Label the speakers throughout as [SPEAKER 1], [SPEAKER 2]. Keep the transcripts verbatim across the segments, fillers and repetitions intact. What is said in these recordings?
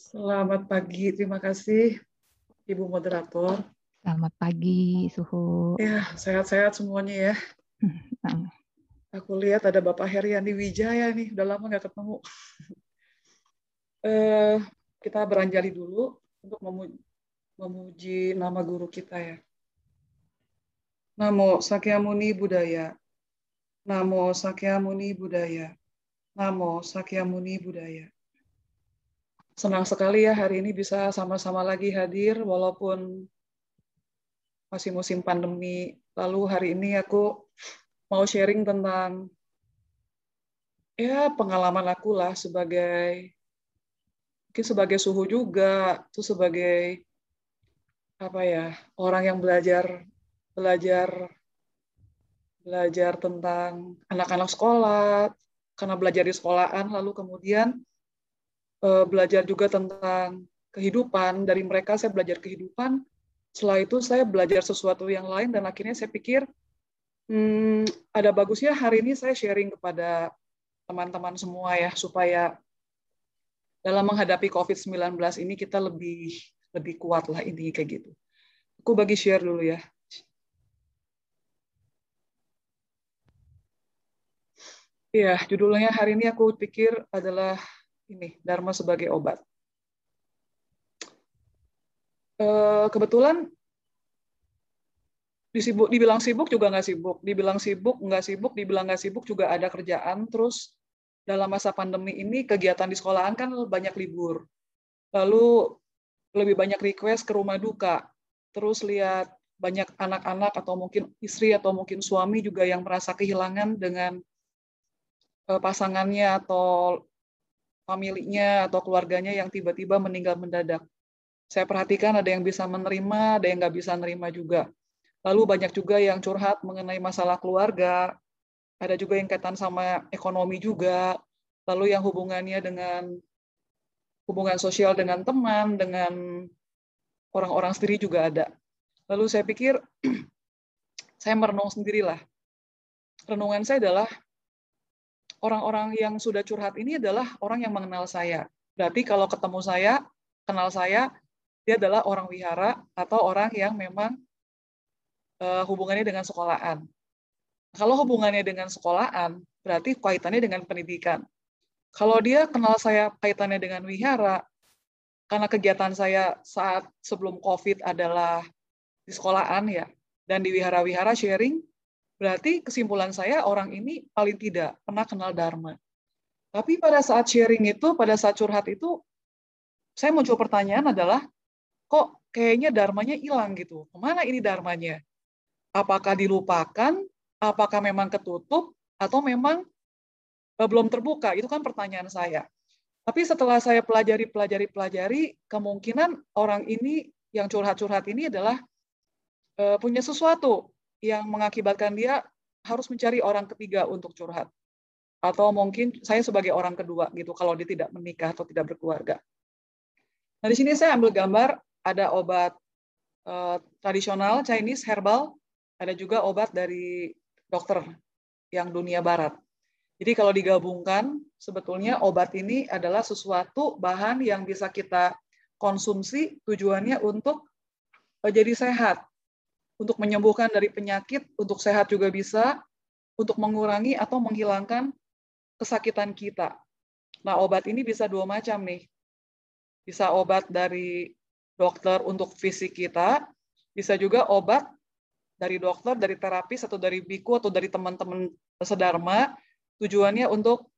[SPEAKER 1] Selamat pagi, terima kasih Ibu Moderator.
[SPEAKER 2] Selamat pagi, Suhu.
[SPEAKER 1] Ya, sehat-sehat semuanya ya. Aku lihat ada Bapak Heriandi Wijaya nih, udah lama nggak ketemu. Eh, kita beranjali dulu untuk memuji, memuji nama guru kita ya. Namo Sakyamuni Buddhaya. Namo Sakyamuni Buddhaya. Namo Sakyamuni Buddhaya. Senang sekali ya hari ini bisa sama-sama lagi hadir walaupun masih musim pandemi. Lalu hari ini aku mau sharing tentang ya pengalaman aku lah sebagai mungkin sebagai suhu juga, itu sebagai apa ya orang yang belajar belajar belajar tentang anak-anak sekolah karena belajar di sekolahan lalu kemudian eh, belajar juga tentang kehidupan dari mereka saya belajar kehidupan setelah itu saya belajar sesuatu yang lain dan akhirnya saya pikir hmm, ada bagusnya hari ini saya sharing kepada teman-teman semua ya supaya dalam menghadapi covid sembilan belas ini kita lebih lebih kuat lah intinya kayak gitu. Aku bagi share dulu ya. Iya, judulnya hari ini aku pikir adalah ini Dharma sebagai obat. Kebetulan disibuk, dibilang sibuk juga nggak sibuk, dibilang sibuk nggak sibuk, dibilang nggak sibuk juga ada kerjaan. Terus dalam masa pandemi ini kegiatan di sekolahan kan banyak libur. Lalu lebih banyak request ke rumah duka. Terus lihat banyak anak-anak atau mungkin istri atau mungkin suami juga yang merasa kehilangan dengan pasangannya atau familinya atau keluarganya yang tiba-tiba meninggal mendadak. Saya perhatikan ada yang bisa menerima, ada yang nggak bisa menerima juga. Lalu banyak juga yang curhat mengenai masalah keluarga, ada juga yang kaitan sama ekonomi juga, lalu yang hubungannya dengan hubungan sosial dengan teman, dengan orang-orang sendiri juga ada. Lalu saya pikir, saya merenung sendirilah. Renungan saya adalah, orang-orang yang sudah curhat ini adalah orang yang mengenal saya. Berarti kalau ketemu saya, kenal saya, dia adalah orang wihara atau orang yang memang uh, hubungannya dengan sekolahan. Kalau hubungannya dengan sekolahan, berarti kaitannya dengan pendidikan. Kalau dia kenal saya kaitannya dengan wihara, karena kegiatan saya saat sebelum COVID adalah di sekolahan ya, dan di wihara-wihara sharing, berarti kesimpulan saya orang ini paling tidak pernah kenal Dharma. Tapi pada saat sharing itu, pada saat curhat itu, saya muncul pertanyaan adalah, kok kayaknya dharmanya hilang gitu. Kemana ini dharmanya? Apakah dilupakan? Apakah memang ketutup? Atau memang belum terbuka? Itu kan pertanyaan saya. Tapi setelah saya pelajari, pelajari, pelajari, kemungkinan orang ini yang curhat-curhat ini adalah uh, punya sesuatu yang mengakibatkan dia harus mencari orang ketiga untuk curhat. Atau mungkin saya sebagai orang kedua gitu kalau dia tidak menikah atau tidak berkeluarga. Nah, di sini saya ambil gambar ada obat uh, tradisional Chinese herbal, ada juga obat dari dokter yang dunia barat. Jadi kalau digabungkan, sebetulnya obat ini adalah sesuatu bahan yang bisa kita konsumsi tujuannya untuk jadi sehat, untuk menyembuhkan dari penyakit, untuk sehat juga bisa, untuk mengurangi atau menghilangkan kesakitan kita. Nah, obat ini bisa dua macam nih. Bisa obat dari dokter untuk fisik kita, bisa juga obat dari dokter, dari terapis, atau dari biku, atau dari teman-teman sedharma, tujuannya untuk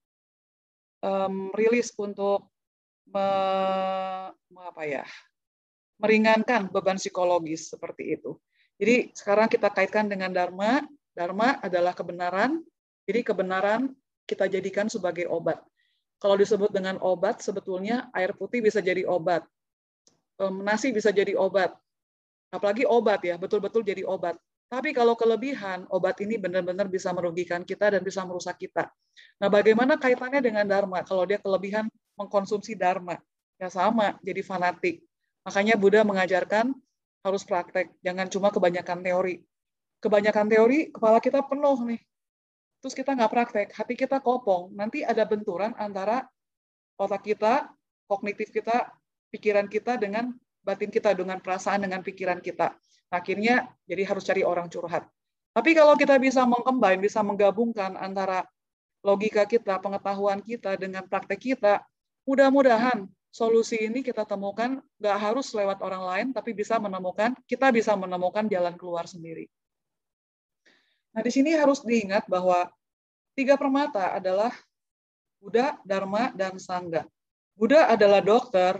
[SPEAKER 1] um, rilis, untuk me, me, apa ya, meringankan beban psikologis seperti itu. Jadi sekarang kita kaitkan dengan Dharma. Dharma adalah kebenaran, jadi kebenaran kita jadikan sebagai obat. Kalau disebut dengan obat, sebetulnya air putih bisa jadi obat. Nasi bisa jadi obat. Apalagi obat ya, betul-betul jadi obat. Tapi kalau kelebihan, obat ini benar-benar bisa merugikan kita dan bisa merusak kita. Nah, bagaimana kaitannya dengan Dharma? Kalau dia kelebihan mengkonsumsi Dharma, ya sama, jadi fanatik. Makanya Buddha mengajarkan harus praktek, jangan cuma kebanyakan teori. Kebanyakan teori, kepala kita penuh nih. Terus kita nggak praktek, hati kita kopong. Nanti ada benturan antara otak kita, kognitif kita, pikiran kita dengan batin kita, dengan perasaan, dengan pikiran kita. Akhirnya jadi harus cari orang curhat. Tapi kalau kita bisa mengcombine, bisa menggabungkan antara logika kita, pengetahuan kita dengan praktek kita, mudah-mudahan solusi ini kita temukan nggak harus lewat orang lain, tapi bisa menemukan, kita bisa menemukan jalan keluar sendiri. Nah, di sini harus diingat bahwa tiga permata adalah Buddha, Dharma, dan Sangha. Buddha adalah dokter,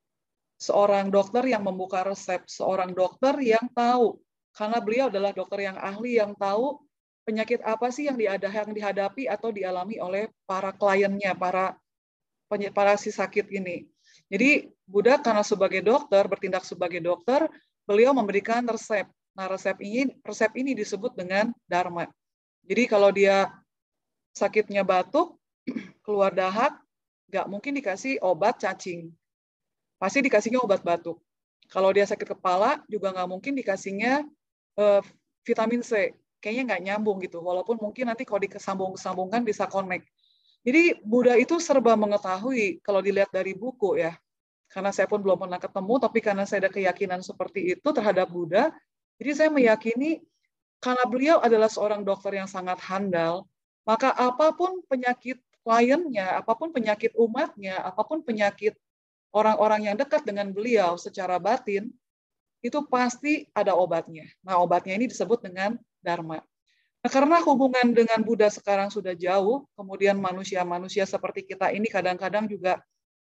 [SPEAKER 1] seorang dokter yang membuka resep, seorang dokter yang tahu, karena beliau adalah dokter yang ahli, yang tahu penyakit apa sih yang dihadapi atau dialami oleh para kliennya, para para si sakit ini. Jadi Buddha karena sebagai dokter, bertindak sebagai dokter, beliau memberikan resep. Nah, resep ini resep ini disebut dengan Dharma. Jadi kalau dia sakitnya batuk, keluar dahak, nggak mungkin dikasih obat cacing. Pasti dikasihnya obat batuk. Kalau dia sakit kepala, juga nggak mungkin dikasihnya eh, vitamin C. Kayaknya nggak nyambung gitu. Walaupun mungkin nanti kalau disambung-sambungkan bisa connect. Jadi Buddha itu serba mengetahui kalau dilihat dari buku ya. Karena saya pun belum pernah ketemu, tapi karena saya ada keyakinan seperti itu terhadap Buddha, jadi saya meyakini karena beliau adalah seorang dokter yang sangat handal, maka apapun penyakit kliennya, apapun penyakit umatnya, apapun penyakit orang-orang yang dekat dengan beliau secara batin, itu pasti ada obatnya. Nah, obatnya ini disebut dengan Dharma. Nah, karena hubungan dengan Buddha sekarang sudah jauh, kemudian manusia-manusia seperti kita ini kadang-kadang juga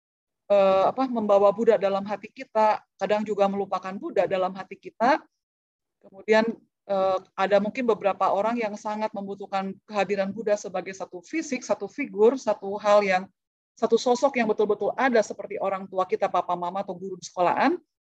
[SPEAKER 1] eh, apa, membawa Buddha dalam hati kita, kadang juga melupakan Buddha dalam hati kita. Kemudian eh, ada mungkin beberapa orang yang sangat membutuhkan kehadiran Buddha sebagai satu fisik, satu figur, satu hal yang satu sosok yang betul-betul ada seperti orang tua kita, papa, mama, atau guru di sekolahan,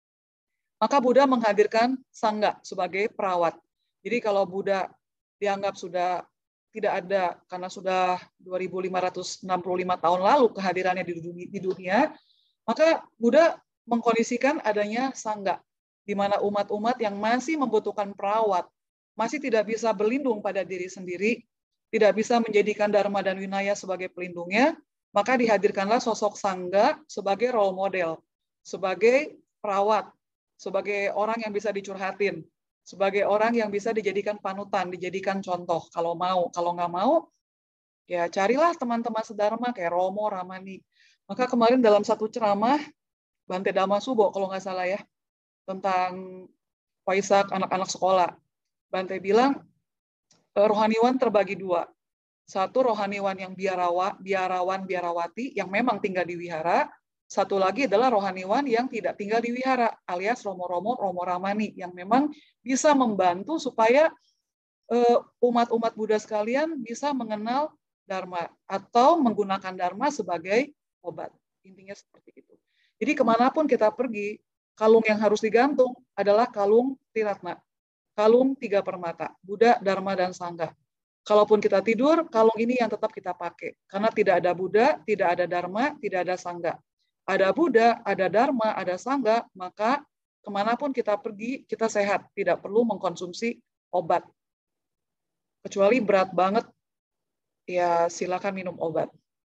[SPEAKER 1] maka Buddha menghadirkan Sangha sebagai perawat. Jadi kalau Buddha dianggap sudah tidak ada karena sudah dua ribu lima ratus enam puluh lima tahun lalu kehadirannya di dunia, di dunia, maka Buddha mengkondisikan adanya Sangha, di mana umat-umat yang masih membutuhkan perawat, masih tidak bisa berlindung pada diri sendiri, tidak bisa menjadikan Dharma dan Vinaya sebagai pelindungnya, maka dihadirkanlah sosok Sangha sebagai role model, sebagai perawat, sebagai orang yang bisa dicurhatin, sebagai orang yang bisa dijadikan panutan, dijadikan contoh. Kalau mau, kalau nggak mau, ya carilah teman-teman sedharma kayak Romo, Ramani. Maka kemarin dalam satu ceramah, Bante Dhamasubo, kalau nggak salah ya, tentang Waisak anak-anak sekolah, Bante bilang, rohaniwan terbagi dua. Satu rohaniwan yang biarawa, biarawan, biarawati, yang memang tinggal di wihara. Satu lagi adalah rohaniwan yang tidak tinggal di wihara, alias romo-romo, romo-ramani, yang memang bisa membantu supaya umat-umat Buddha sekalian bisa mengenal Dharma atau menggunakan Dharma sebagai obat. Intinya seperti itu. Jadi kemanapun kita pergi, kalung yang harus digantung adalah kalung Triratna, kalung tiga permata, Buddha, Dharma, dan Sangha. Kalaupun kita tidur, kalung ini yang tetap kita pakai. Karena tidak ada Buddha, tidak ada Dharma, tidak ada Sangha. Ada Buddha, ada Dharma, ada Sangha, maka kemanapun kita pergi, kita sehat. Tidak perlu mengkonsumsi obat. Kecuali berat banget, ya silakan minum obat.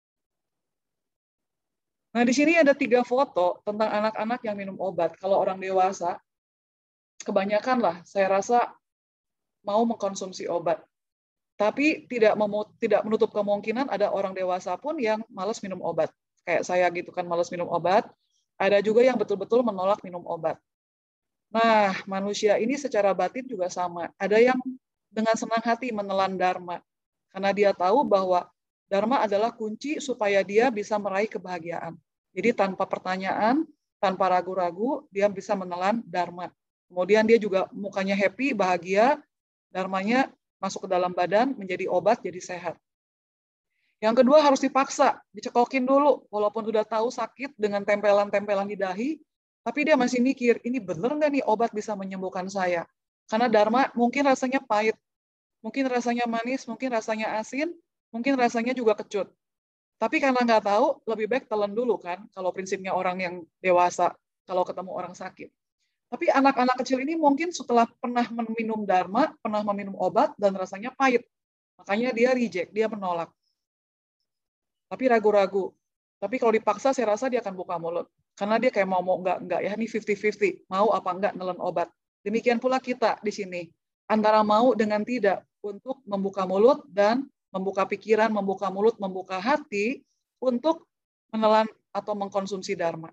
[SPEAKER 1] Nah, di sini ada tiga foto tentang anak-anak yang minum obat. Kalau orang dewasa, kebanyakan lah, saya rasa mau mengkonsumsi obat. Tapi tidak memu, tidak menutup kemungkinan ada orang dewasa pun yang malas minum obat. Kayak saya gitu kan, malas minum obat. Ada juga yang betul-betul menolak minum obat. Nah, manusia ini secara batin juga sama. Ada yang dengan senang hati menelan Dharma. Karena dia tahu bahwa Dharma adalah kunci supaya dia bisa meraih kebahagiaan. Jadi tanpa pertanyaan, tanpa ragu-ragu, dia bisa menelan Dharma. Kemudian dia juga mukanya happy, bahagia, Dharmanya masuk ke dalam badan, menjadi obat, jadi sehat. Yang kedua harus dipaksa, dicekokin dulu, walaupun udah tahu sakit dengan tempelan-tempelan di dahi, tapi dia masih mikir, ini bener nggak nih obat bisa menyembuhkan saya? Karena Dharma mungkin rasanya pahit, mungkin rasanya manis, mungkin rasanya asin, mungkin rasanya juga kecut. Tapi karena nggak tahu, lebih baik telan dulu kan, kalau prinsipnya orang yang dewasa, kalau ketemu orang sakit. Tapi anak-anak kecil ini mungkin setelah pernah meminum Dharma, pernah meminum obat, dan rasanya pahit. Makanya dia reject, dia menolak. Tapi ragu-ragu. Tapi kalau dipaksa, saya rasa dia akan buka mulut. Karena dia kayak mau mau enggak enggak ya, ini fifty fifty, mau apa enggak nelen obat. Demikian pula kita di sini, antara mau dengan tidak untuk membuka mulut dan membuka pikiran, membuka mulut, membuka hati untuk menelan atau mengkonsumsi dharma.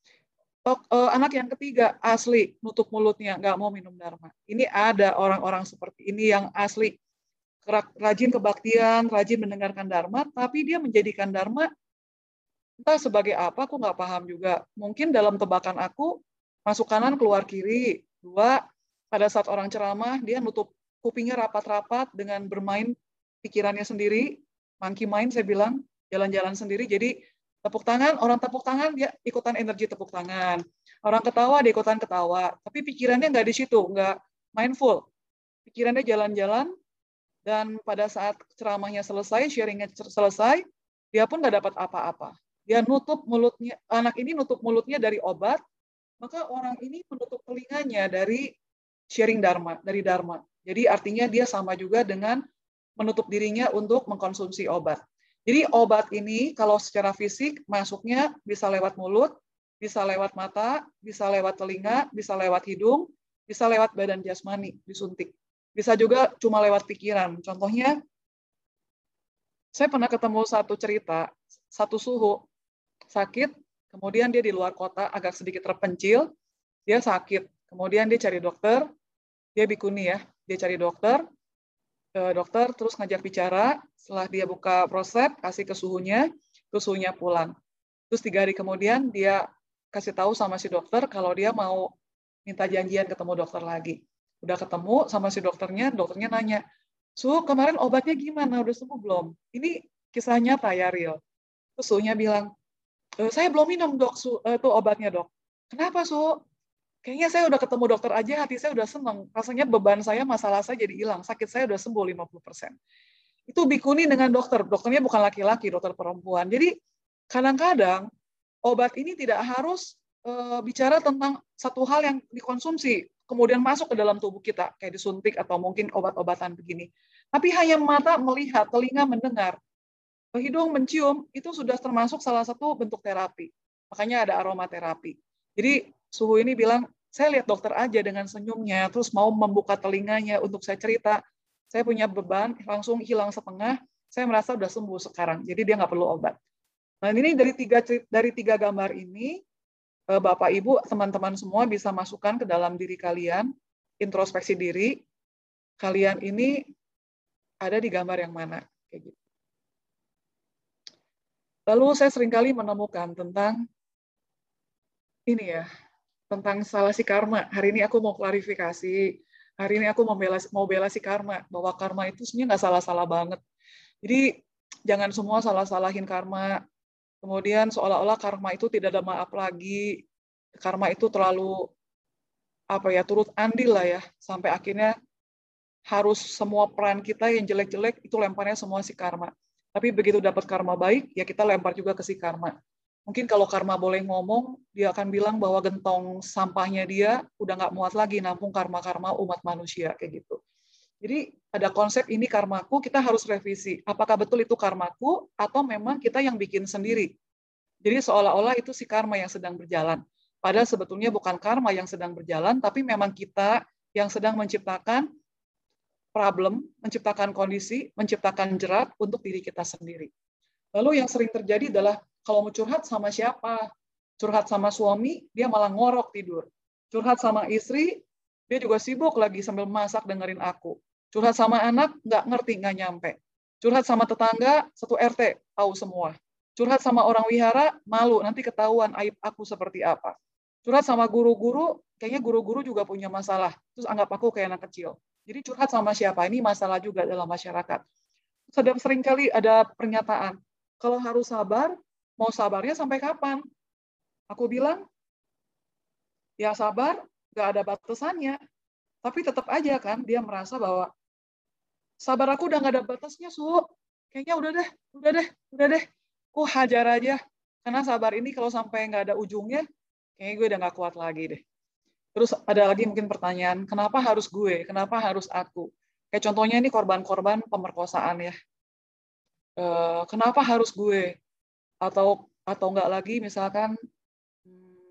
[SPEAKER 1] Anak yang ketiga asli nutup mulutnya, nggak mau minum dharma. Ini ada orang-orang seperti ini yang asli rajin kebaktian, rajin mendengarkan dharma, tapi dia menjadikan dharma entah sebagai apa, aku nggak paham juga. Mungkin dalam tebakan aku masuk kanan keluar kiri. Dua, pada saat orang ceramah dia nutup kupingnya rapat-rapat dengan bermain pikirannya sendiri, monkey mind saya bilang, jalan-jalan sendiri. Jadi tepuk tangan, orang tepuk tangan, dia ikutan energi tepuk tangan. Orang ketawa, dia ikutan ketawa. Tapi pikirannya nggak di situ, nggak mindful. Pikirannya jalan-jalan, dan pada saat ceramahnya selesai, sharingnya selesai, dia pun nggak dapat apa-apa. Dia nutup mulutnya, anak ini nutup mulutnya dari obat, maka orang ini menutup telinganya dari sharing dharma, dari dharma. Jadi artinya dia sama juga dengan menutup dirinya untuk mengkonsumsi obat. Jadi obat ini kalau secara fisik masuknya bisa lewat mulut, bisa lewat mata, bisa lewat telinga, bisa lewat hidung, bisa lewat badan jasmani, disuntik. Bisa juga cuma lewat pikiran. Contohnya, saya pernah ketemu satu cerita, satu suhu sakit, kemudian dia di luar kota, agak sedikit terpencil, dia sakit. Kemudian dia cari dokter, dia bikuni ya, dia cari dokter, dokter terus ngajak bicara, setelah dia buka prosep, kasih ke suhunya, terus suhunya pulang. Terus tiga hari kemudian dia kasih tahu sama si dokter kalau dia mau minta janjian ketemu dokter lagi. Udah ketemu sama si dokternya, dokternya nanya, Su, kemarin obatnya gimana? Udah sembuh belum? Ini kisah nyata ya, real. Terus suhunya bilang, e, saya belum minum dok, Su, itu obatnya dok. Kenapa Su? Kayaknya saya udah ketemu dokter aja, hati saya udah seneng. Rasanya beban saya, masalah saya jadi hilang. Sakit saya udah sembuh lima puluh persen. Itu bikuni dengan dokter. Dokternya bukan laki-laki, dokter perempuan. Jadi kadang-kadang obat ini tidak harus e, bicara tentang satu hal yang dikonsumsi, kemudian masuk ke dalam tubuh kita, kayak disuntik atau mungkin obat-obatan begini. Tapi hanya mata melihat, telinga mendengar, hidung mencium, itu sudah termasuk salah satu bentuk terapi. Makanya ada aromaterapi. Jadi suhu ini bilang, saya lihat dokter aja dengan senyumnya, terus mau membuka telinganya untuk saya cerita, saya punya beban, langsung hilang setengah, saya merasa udah sembuh sekarang, jadi dia nggak perlu obat. Nah ini dari tiga, dari tiga gambar ini, Bapak, Ibu, teman-teman semua bisa masukkan ke dalam diri kalian, introspeksi diri, kalian ini ada di gambar yang mana. Kayak gitu. Lalu saya seringkali menemukan tentang ini ya, tentang salah si karma. Hari ini aku mau klarifikasi. Hari ini aku mau bela, mau bela si karma, bahwa karma itu sebenarnya nggak salah-salah banget. Jadi jangan semua salah-salahin karma. Kemudian seolah-olah karma itu tidak ada maaf lagi. Karma itu terlalu apa ya, turut andil lah ya, sampai akhirnya harus semua peran kita yang jelek-jelek itu lemparnya semua si karma. Tapi begitu dapat karma baik, ya kita lempar juga ke si karma. Mungkin kalau karma boleh ngomong, dia akan bilang bahwa gentong sampahnya dia udah nggak muat lagi nampung karma-karma umat manusia, kayak gitu. Jadi ada konsep ini karmaku, kita harus revisi. Apakah betul itu karmaku, atau memang kita yang bikin sendiri? Jadi seolah-olah itu si karma yang sedang berjalan. Padahal sebetulnya bukan karma yang sedang berjalan, tapi memang kita yang sedang menciptakan problem, menciptakan kondisi, menciptakan jerat untuk diri kita sendiri. Lalu yang sering terjadi adalah kalau mau curhat sama siapa? Curhat sama suami, dia malah ngorok tidur. Curhat sama istri, dia juga sibuk lagi sambil masak dengerin aku. Curhat sama anak, nggak ngerti, nggak nyampe. Curhat sama tetangga, satu R T, tahu semua. Curhat sama orang wihara, malu, nanti ketahuan aib aku seperti apa. Curhat sama guru-guru, kayaknya guru-guru juga punya masalah. Terus anggap aku kayak anak kecil. Jadi curhat sama siapa? Ini masalah juga dalam masyarakat. Sedang seringkali ada pernyataan, kalau harus sabar, mau sabarnya sampai kapan? Aku bilang, ya sabar, nggak ada batasannya. Tapi tetap aja kan, dia merasa bahwa sabar aku udah nggak ada batasnya, Su. Kayaknya udah deh, udah deh, udah deh. Aku hajar aja. Karena sabar ini kalau sampai nggak ada ujungnya, kayaknya gue udah nggak kuat lagi deh. Terus ada lagi mungkin pertanyaan, kenapa harus gue? Kenapa harus aku? Kayak contohnya ini korban-korban pemerkosaan ya. Kenapa harus gue? Atau atau enggak lagi misalkan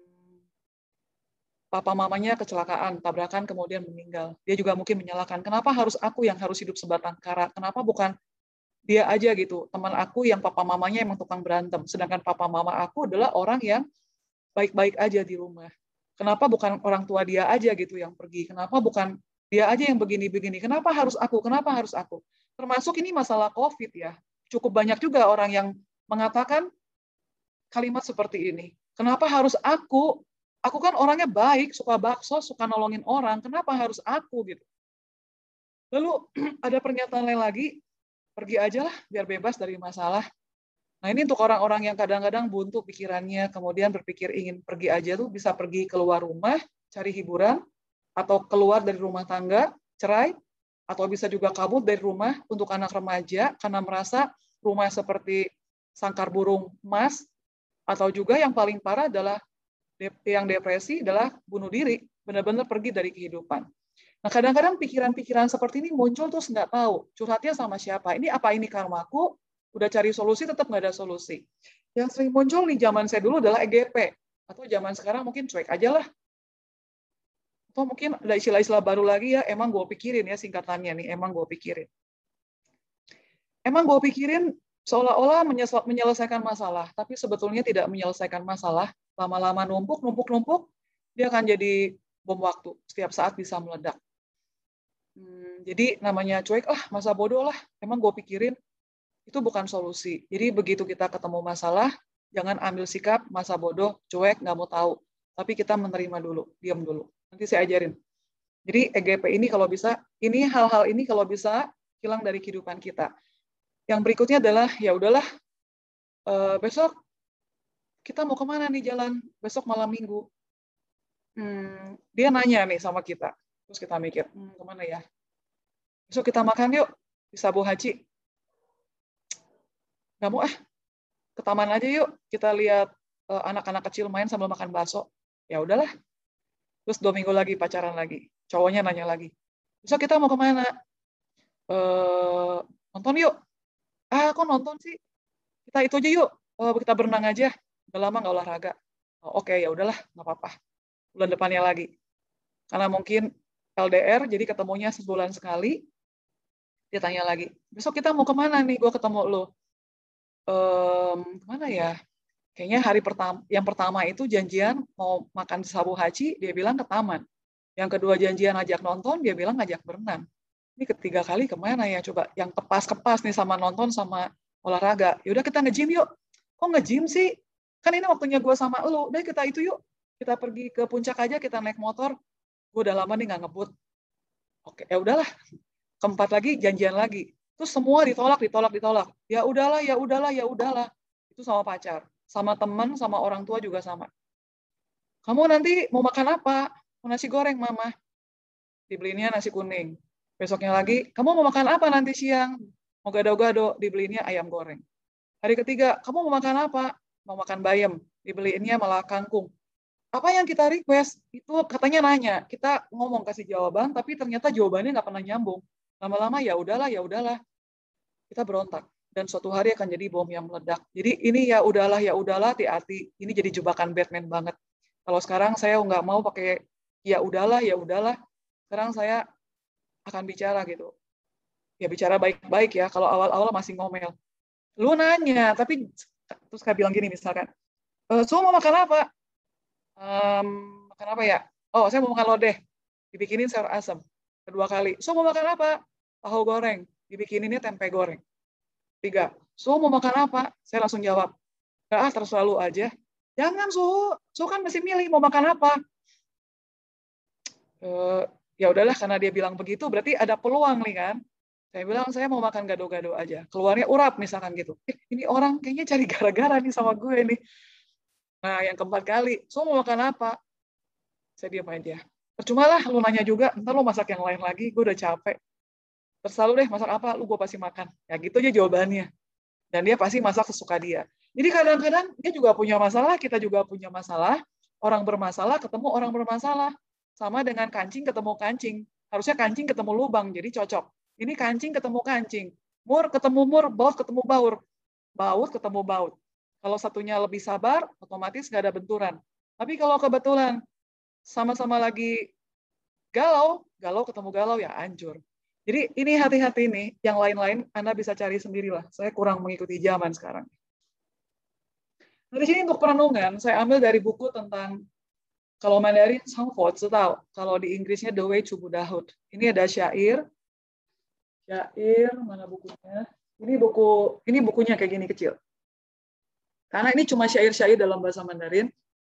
[SPEAKER 1] papa mamanya kecelakaan, tabrakan, kemudian meninggal. Dia juga mungkin menyalahkan, kenapa harus aku yang harus hidup sebatang kara? Kenapa bukan dia aja gitu? Teman aku yang papa mamanya emang tukang berantem, sedangkan papa mama aku adalah orang yang baik-baik aja di rumah. Kenapa bukan orang tua dia aja gitu yang pergi? Kenapa bukan dia aja yang begini-begini? Kenapa harus aku? Kenapa harus aku? Termasuk ini masalah COVID ya. Cukup banyak juga orang yang mengatakan kalimat seperti ini. Kenapa harus aku? Aku kan orangnya baik, suka bakso, suka nolongin orang. Kenapa harus aku gitu? Lalu ada pernyataan lain lagi, pergi aja lah biar bebas dari masalah. Nah ini untuk orang-orang yang kadang-kadang buntu pikirannya, kemudian berpikir ingin pergi aja tuh bisa pergi keluar rumah, cari hiburan, atau keluar dari rumah tangga, cerai, atau bisa juga kabur dari rumah untuk anak remaja karena merasa rumah seperti sangkar burung emas, atau juga yang paling parah adalah yang depresi adalah bunuh diri, benar-benar pergi dari kehidupan. Nah, kadang-kadang pikiran-pikiran seperti ini muncul terus nggak tahu curhatnya sama siapa. Ini apa ini karmaku? Udah cari solusi tetap nggak ada solusi. Yang sering muncul nih zaman saya dulu adalah E G P, atau zaman sekarang mungkin cuek aja lah. Atau mungkin ada istilah-istilah baru lagi ya, emang gue pikirin ya singkatannya nih, emang gue pikirin. Emang gue pikirin seolah-olah menyelesaikan masalah, tapi sebetulnya tidak menyelesaikan masalah. Lama-lama numpuk, numpuk, numpuk, dia akan jadi bom waktu. Setiap saat bisa meledak. Hmm, jadi namanya cuek, ah masa bodoh lah, emang gue pikirin, itu bukan solusi. Jadi begitu kita ketemu masalah, jangan ambil sikap masa bodoh, cuek, nggak mau tahu. Tapi kita menerima dulu, diam dulu. Nanti saya ajarin. Jadi E G P ini kalau bisa, ini hal-hal ini kalau bisa hilang dari kehidupan kita. Yang berikutnya adalah, ya udahlah, uh, besok kita mau kemana nih jalan? Besok malam minggu. Hmm, dia nanya nih sama kita. Terus kita mikir, hmm, kemana ya? Besok kita makan yuk, di Sabu Haji. Nggak mau ah, ke taman aja yuk. Kita lihat uh, anak-anak kecil main sambil makan bakso. Ya udahlah. Terus dua minggu lagi pacaran lagi. Cowoknya nanya lagi. Besok kita mau kemana? Uh, nonton yuk. Ah, kok nonton sih? Kita itu aja yuk. Uh, kita berenang aja. Udah lama nggak olahraga. Oh, oke, okay, ya udahlah, nggak apa-apa. Bulan depannya lagi. Karena mungkin L D R, jadi ketemunya sebulan sekali. Dia tanya lagi, besok kita mau kemana nih? Gue ketemu lo. Um, kemana ya? Kayaknya hari pertama, yang pertama itu janjian mau makan di Sabu Haji, dia bilang ke taman. Yang kedua janjian ngajak nonton, dia bilang ngajak berenang. Ini ketiga kali kemana ya? Coba yang kepas-kepas nih sama nonton sama olahraga. Yaudah kita nge-gym yuk. Kok nge-gym sih? Kan ini waktunya gue sama lo. Udah kita itu yuk. Kita pergi ke puncak aja, kita naik motor. Gue udah lama nih nggak ngebut. Oke, ya udahlah. Keempat lagi janjian lagi. Terus semua ditolak, ditolak, ditolak. Ya udahlah, ya udahlah, ya udahlah. Itu sama pacar. Sama teman, sama orang tua juga sama. Kamu nanti mau makan apa? Mau nasi goreng, Mama. Dibeliinnya nasi kuning. Besoknya lagi, kamu mau makan apa nanti siang? Mau gado-gado, dibeliinnya ayam goreng. Hari ketiga, kamu mau makan apa? Mau makan bayam, dibeliinnya malah kangkung. Apa yang kita request? Itu katanya nanya. Kita ngomong kasih jawaban, tapi ternyata jawabannya nggak pernah nyambung. Lama-lama ya udahlah, ya udahlah. Kita berontak. Dan suatu hari akan jadi bom yang meledak. Jadi ini ya udahlah, ya udahlah, hati-hati. Ini jadi jebakan Batman banget. Kalau sekarang saya nggak mau pakai ya udahlah, ya udahlah. Sekarang saya akan bicara gitu. Ya bicara baik-baik ya. Kalau awal-awal masih ngomel. Lu nanya, tapi terus kayak bilang gini misalkan, e, so mau makan apa? Um, makan apa ya? Oh, saya mau makan lodeh. Dibikinin sayur asam. Kedua kali. So mau makan apa? Tahu goreng. Dibikininnya tempe goreng. Tiga. So mau makan apa? Saya langsung jawab. Ah, terserah lu aja. Jangan, Su. Su kan masih milih mau makan apa. Uh, ya udahlah, karena dia bilang begitu, berarti ada peluang nih kan. Saya bilang, saya mau makan gado-gado aja. Keluarnya urap misalkan gitu. Eh, ini orang kayaknya cari gara-gara nih sama gue nih. Nah, yang keempat kali, so mau makan apa? Saya diam aja. Percuma lah, lu nanya juga, ntar lu masak yang lain lagi, gue udah capek. Terserah lu deh, masak apa, lu gue pasti makan. Ya gitu aja jawabannya. Dan dia pasti masak sesuka dia. Jadi kadang-kadang dia juga punya masalah, kita juga punya masalah. Orang bermasalah ketemu orang bermasalah. Sama dengan kancing ketemu kancing. Harusnya kancing ketemu lubang, jadi cocok. Ini kancing ketemu kancing. Mur ketemu mur, baut ketemu baur. Baut ketemu baut. Kalau satunya lebih sabar, otomatis nggak ada benturan. Tapi kalau kebetulan sama-sama lagi galau, galau ketemu galau ya hancur. Jadi ini hati-hati nih, yang lain-lain Anda bisa cari sendirilah. Saya kurang mengikuti zaman sekarang. Nah, di sini untuk perenungan, saya ambil dari buku tentang, kalau Mandarin, Sangfot, tahu. Kalau di Inggrisnya The Way to Buddhahood. Ini ada syair, syair, mana bukunya? Ini buku, ini bukunya kayak gini kecil. Karena ini cuma syair-syair dalam bahasa Mandarin.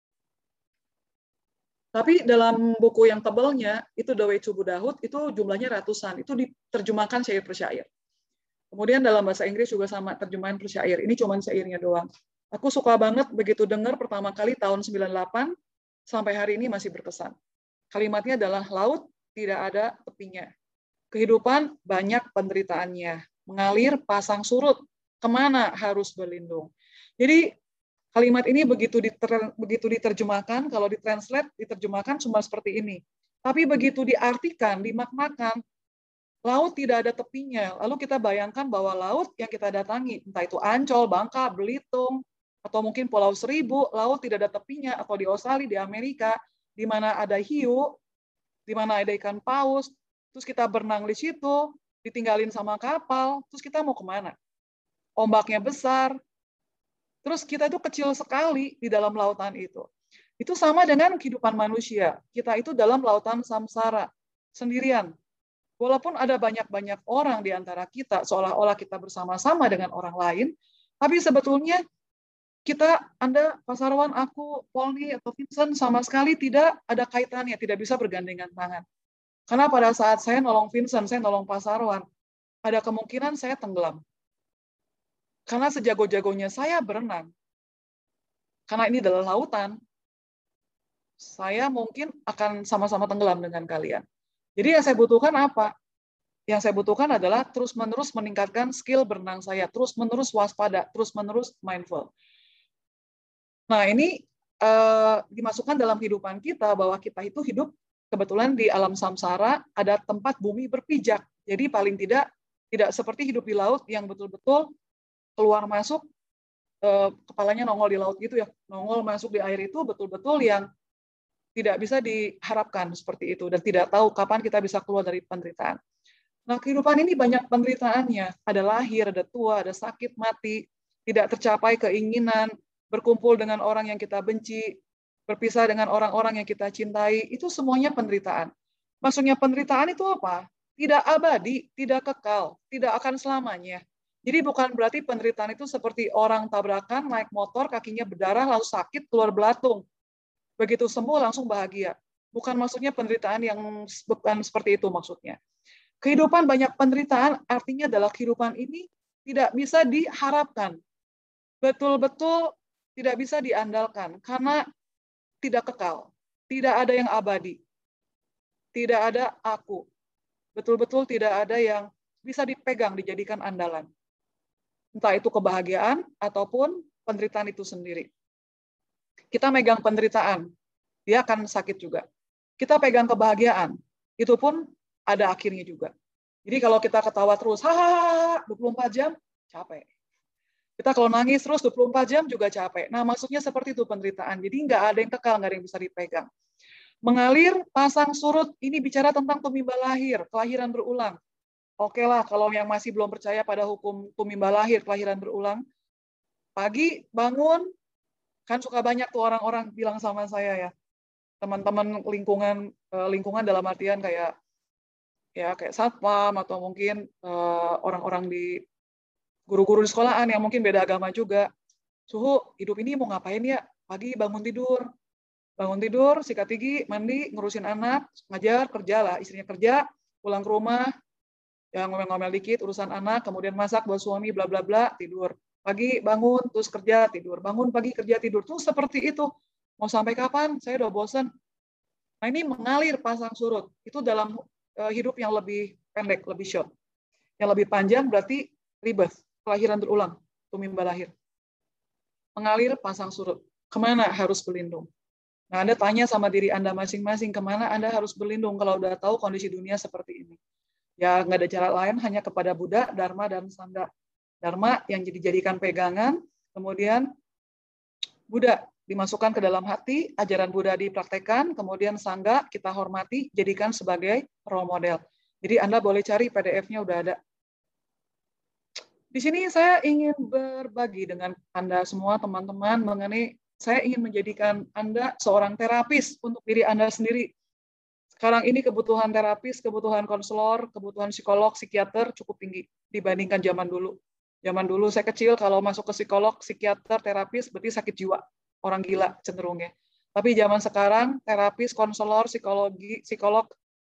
[SPEAKER 1] Tapi dalam buku yang tebalnya, itu The Way to Buddhahood, itu jumlahnya ratusan. Itu diterjemahkan syair per syair. Kemudian dalam bahasa Inggris juga sama, terjemahan per syair. Ini cuma syairnya doang. Aku suka banget begitu dengar pertama kali tahun sembilan puluh delapan, sampai hari ini masih berkesan. Kalimatnya adalah, laut tidak ada tepinya. Kehidupan banyak penderitaannya. Mengalir pasang surut, kemana harus berlindung. Jadi kalimat ini begitu, diter, begitu diterjemahkan, kalau ditranslate, diterjemahkan cuma seperti ini. Tapi begitu diartikan, dimaknakan, laut tidak ada tepinya. Lalu kita bayangkan bahwa laut yang kita datangi, entah itu Ancol, Bangka, Belitung, atau mungkin Pulau Seribu, laut tidak ada tepinya, atau di Australia, di Amerika, di mana ada hiu, di mana ada ikan paus, terus kita berenang di situ, ditinggalin sama kapal, terus kita mau kemana? Ombaknya besar, terus kita itu kecil sekali di dalam lautan itu. Itu sama dengan kehidupan manusia. Kita itu dalam lautan samsara, sendirian. Walaupun ada banyak-banyak orang di antara kita, seolah-olah kita bersama-sama dengan orang lain, tapi sebetulnya kita, Anda, Pak Sarwan, aku, Polni, atau Vincent, sama sekali tidak ada kaitannya, tidak bisa bergandengan tangan. Karena pada saat saya nolong Vincent, saya nolong Pak Sarwan, ada kemungkinan saya tenggelam. Karena sejago-jagonya saya berenang. Karena ini adalah lautan, saya mungkin akan sama-sama tenggelam dengan kalian. Jadi yang saya butuhkan apa? Yang saya butuhkan adalah terus-menerus meningkatkan skill berenang saya, terus-menerus waspada, terus-menerus mindful. Nah, ini uh, dimasukkan dalam kehidupan kita, bahwa kita itu hidup kebetulan di alam samsara, ada tempat bumi berpijak. Jadi paling tidak, tidak seperti hidup di laut yang betul-betul keluar masuk, uh, kepalanya nongol di laut gitu ya, nongol masuk di air itu betul-betul yang tidak bisa diharapkan seperti itu, dan tidak tahu kapan kita bisa keluar dari penderitaan. Nah, kehidupan ini banyak penderitaannya. Ada lahir, ada tua, ada sakit, mati, tidak tercapai keinginan, berkumpul dengan orang yang kita benci, berpisah dengan orang-orang yang kita cintai, itu semuanya penderitaan. Maksudnya penderitaan itu apa? Tidak abadi, tidak kekal, tidak akan selamanya. Jadi bukan berarti penderitaan itu seperti orang tabrakan, naik motor, kakinya berdarah, lalu sakit, keluar belatung. Begitu sembuh langsung bahagia. Bukan maksudnya penderitaan yang bukan seperti itu maksudnya. Kehidupan banyak penderitaan artinya adalah kehidupan ini tidak bisa diharapkan. Betul-betul tidak bisa diandalkan karena tidak kekal. Tidak ada yang abadi. Tidak ada aku. Betul-betul tidak ada yang bisa dipegang, dijadikan andalan. Entah itu kebahagiaan ataupun penderitaan itu sendiri. Kita megang penderitaan, dia akan sakit juga. Kita pegang kebahagiaan, itu pun ada akhirnya juga. Jadi kalau kita ketawa terus, hahaha, dua puluh empat jam, capek. Kita kalau nangis terus dua puluh empat jam juga capek. Nah, maksudnya seperti itu penderitaan. Jadi nggak ada yang kekal, nggak ada yang bisa dipegang. Mengalir, pasang surut, ini bicara tentang tumimbal lahir, kelahiran berulang. Oke lah, kalau yang masih belum percaya pada hukum tumimbal lahir, kelahiran berulang, pagi bangun, kan suka banyak tuh orang-orang bilang sama saya ya, teman-teman lingkungan, lingkungan dalam artian kayak ya kayak satpam atau mungkin orang-orang di guru-guru di sekolahan yang mungkin beda agama juga. Suhu, hidup ini mau ngapain ya? Pagi bangun tidur. Bangun tidur, sikat gigi, mandi, ngurusin anak, ngajar, kerja lah. Istrinya kerja, pulang ke rumah, ya ngomel-ngomel dikit, urusan anak, kemudian masak buat suami, bla bla bla, tidur. Pagi bangun, terus kerja, tidur. Bangun pagi, kerja, tidur. Terus seperti itu. Mau sampai kapan? Saya udah bosan. Nah, ini mengalir pasang surut. Itu dalam hidup yang lebih pendek, lebih short. Yang lebih panjang berarti rebirth, kelahiran berulang, tumimbal lahir. Mengalir pasang surut. Kemana harus berlindung? Nah, Anda tanya sama diri Anda masing-masing, kemana Anda harus berlindung kalau udah tahu kondisi dunia seperti ini. Ya, nggak ada cara lain, hanya kepada Buddha, Dharma, dan Sangha. Dharma yang dijadikan pegangan, kemudian Buddha dimasukkan ke dalam hati, ajaran Buddha dipraktekkan, kemudian Sangga kita hormati, jadikan sebagai role model. Jadi Anda boleh cari P D F-nya udah ada. Di sini saya ingin berbagi dengan Anda semua, teman-teman, mengenai saya ingin menjadikan Anda seorang terapis untuk diri Anda sendiri. Sekarang ini kebutuhan terapis, kebutuhan konselor, kebutuhan psikolog, psikiater cukup tinggi dibandingkan zaman dulu. Zaman dulu saya kecil kalau masuk ke psikolog, psikiater, terapis berarti sakit jiwa, orang gila cenderungnya. Tapi zaman sekarang terapis, konselor, psikologi, psikolog,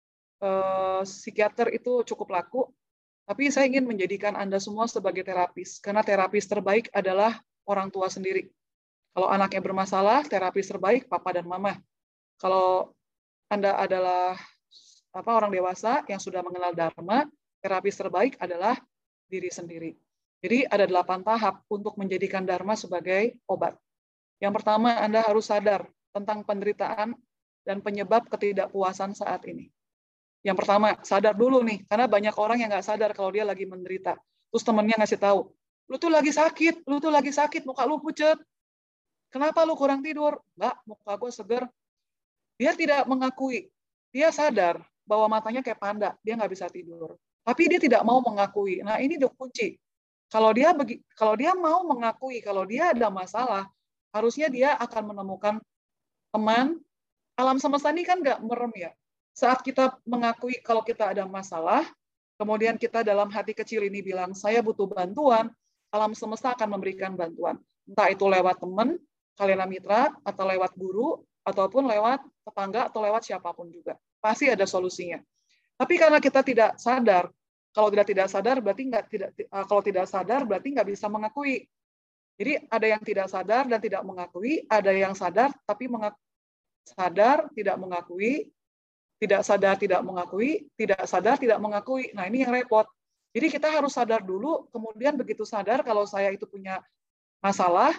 [SPEAKER 1] eh, psikiater itu cukup laku. Tapi saya ingin menjadikan Anda semua sebagai terapis, karena terapis terbaik adalah orang tua sendiri. Kalau anaknya bermasalah, terapis terbaik papa dan mama. Kalau Anda adalah apa orang dewasa yang sudah mengenal Dharma, terapis terbaik adalah diri sendiri. Jadi ada delapan tahap untuk menjadikan Dharma sebagai obat. Yang pertama, Anda harus sadar tentang penderitaan dan penyebab ketidakpuasan saat ini. Yang pertama, sadar dulu nih, karena banyak orang yang nggak sadar kalau dia lagi menderita. Terus temennya ngasih tahu, lu tuh lagi sakit, lu tuh lagi sakit, muka lu pucet. Kenapa lu kurang tidur? Enggak, muka gue seger. Dia tidak mengakui, dia sadar bahwa matanya kayak panda, dia nggak bisa tidur. Tapi dia tidak mau mengakui. Nah ini udah kunci. Kalau dia begi, kalau dia mau mengakui kalau dia ada masalah, harusnya dia akan menemukan teman. Alam semesta ini kan nggak merem ya. Saat kita mengakui kalau kita ada masalah, kemudian kita dalam hati kecil ini bilang, saya butuh bantuan, alam semesta akan memberikan bantuan. Entah itu lewat teman, kalena mitra, atau lewat guru, ataupun lewat tetangga, atau lewat siapapun juga. Pasti ada solusinya. Tapi karena kita tidak sadar, kalau tidak tidak sadar berarti nggak tidak kalau tidak sadar berarti nggak bisa mengakui. Jadi ada yang tidak sadar dan tidak mengakui, ada yang sadar tapi mengakui, sadar tidak mengakui, tidak sadar tidak mengakui, tidak sadar tidak mengakui. Nah ini yang repot. Jadi kita harus sadar dulu, kemudian begitu sadar kalau saya itu punya masalah,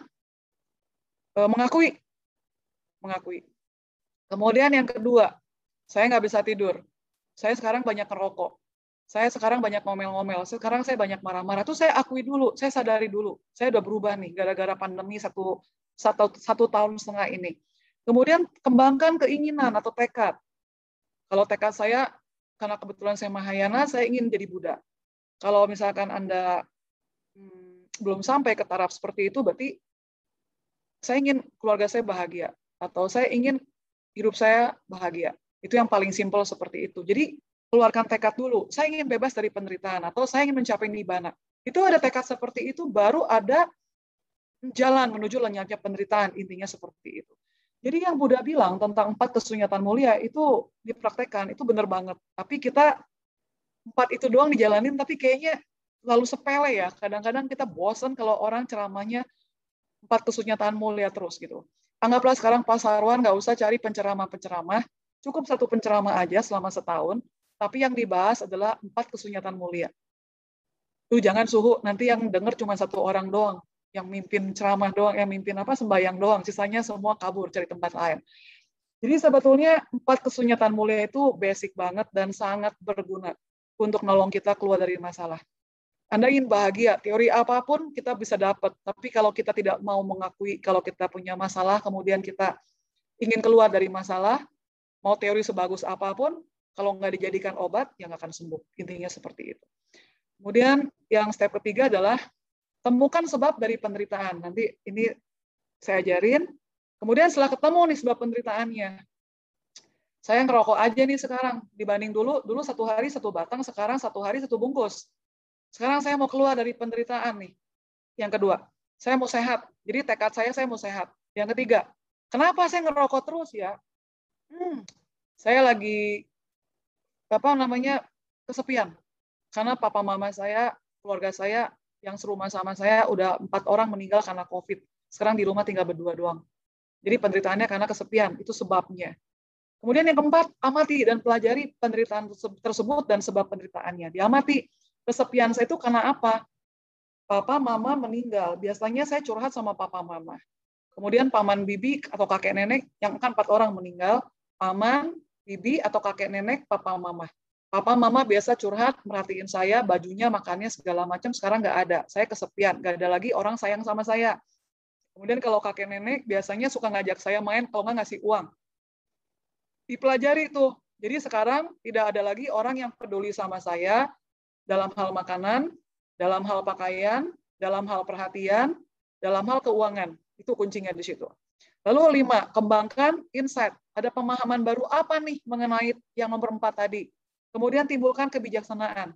[SPEAKER 1] mengakui, mengakui. Kemudian yang kedua, saya nggak bisa tidur. Saya sekarang banyak ngerokok. Saya sekarang banyak ngomel-ngomel. Sekarang saya banyak marah-marah. Itu saya akui dulu, saya sadari dulu. Saya udah berubah nih gara-gara pandemi satu, satu, satu tahun setengah ini. Kemudian kembangkan keinginan atau tekad. Kalau tekad saya, karena kebetulan saya Mahayana, saya ingin jadi Buddha. Kalau misalkan Anda hmm, belum sampai ke taraf seperti itu, berarti saya ingin keluarga saya bahagia. Atau saya ingin hidup saya bahagia. Itu yang paling simpel seperti itu. Jadi, keluarkan tekad dulu. Saya ingin bebas dari penderitaan. Atau saya ingin mencapai nibbana. Itu ada tekad seperti itu, baru ada jalan menuju lenyapnya penderitaan. Intinya seperti itu. Jadi yang Buddha bilang tentang empat kesunyatan mulia itu dipraktekkan, itu benar banget. Tapi kita empat itu doang dijalanin, tapi kayaknya lalu sepele ya. Kadang-kadang kita bosan kalau orang ceramahnya empat kesunyatan mulia terus gitu. Anggaplah sekarang Pak Sarwan nggak usah cari penceramah-penceramah, cukup satu penceramah aja selama setahun, tapi yang dibahas adalah empat kesunyatan mulia. Tuh jangan suhu, nanti yang denger cuma satu orang doang. Yang mimpin ceramah doang, yang mimpin apa sembahyang doang, sisanya semua kabur cari tempat lain. Jadi sebetulnya empat kesunyatan mulia itu basic banget dan sangat berguna untuk nolong kita keluar dari masalah. Anda ingin bahagia, teori apapun kita bisa dapat, tapi kalau kita tidak mau mengakui kalau kita punya masalah, kemudian kita ingin keluar dari masalah, mau teori sebagus apapun, kalau nggak dijadikan obat, ya nggak akan sembuh. Intinya seperti itu. Kemudian yang step ketiga adalah temukan sebab dari penderitaan. Nanti ini saya ajarin. Kemudian setelah ketemu nih sebab penderitaannya, saya ngerokok aja nih sekarang. Dibanding dulu, dulu satu hari satu batang, sekarang satu hari satu bungkus. Sekarang saya mau keluar dari penderitaan nih. Yang kedua, saya mau sehat. Jadi tekad saya, saya mau sehat. Yang ketiga, kenapa saya ngerokok terus ya? Hmm, saya lagi, apa namanya, kesepian. Karena papa mama saya, keluarga saya, yang serumah sama saya udah empat orang meninggal karena COVID. Sekarang di rumah tinggal berdua doang. Jadi penderitaannya karena kesepian, itu sebabnya. Kemudian yang keempat, amati dan pelajari penderitaan tersebut dan sebab penderitaannya. Diamati, kesepian saya itu karena apa? Papa, mama meninggal. Biasanya saya curhat sama papa, mama. Kemudian paman, bibi, atau kakek nenek, yang kan empat orang meninggal. Paman, bibi, atau kakek nenek, papa, mama. Papa, mama biasa curhat, merhatiin saya, bajunya, makannya, segala macam, sekarang nggak ada. Saya kesepian, nggak ada lagi orang sayang sama saya. Kemudian kalau kakek nenek biasanya suka ngajak saya main, kalau nggak ngasih uang. Dipelajari tuh. Jadi sekarang tidak ada lagi orang yang peduli sama saya dalam hal makanan, dalam hal pakaian, dalam hal perhatian, dalam hal keuangan. Itu kuncinya di situ. Lalu lima, kembangkan insight. Ada pemahaman baru apa nih mengenai yang nomor empat tadi. Kemudian timbulkan kebijaksanaan.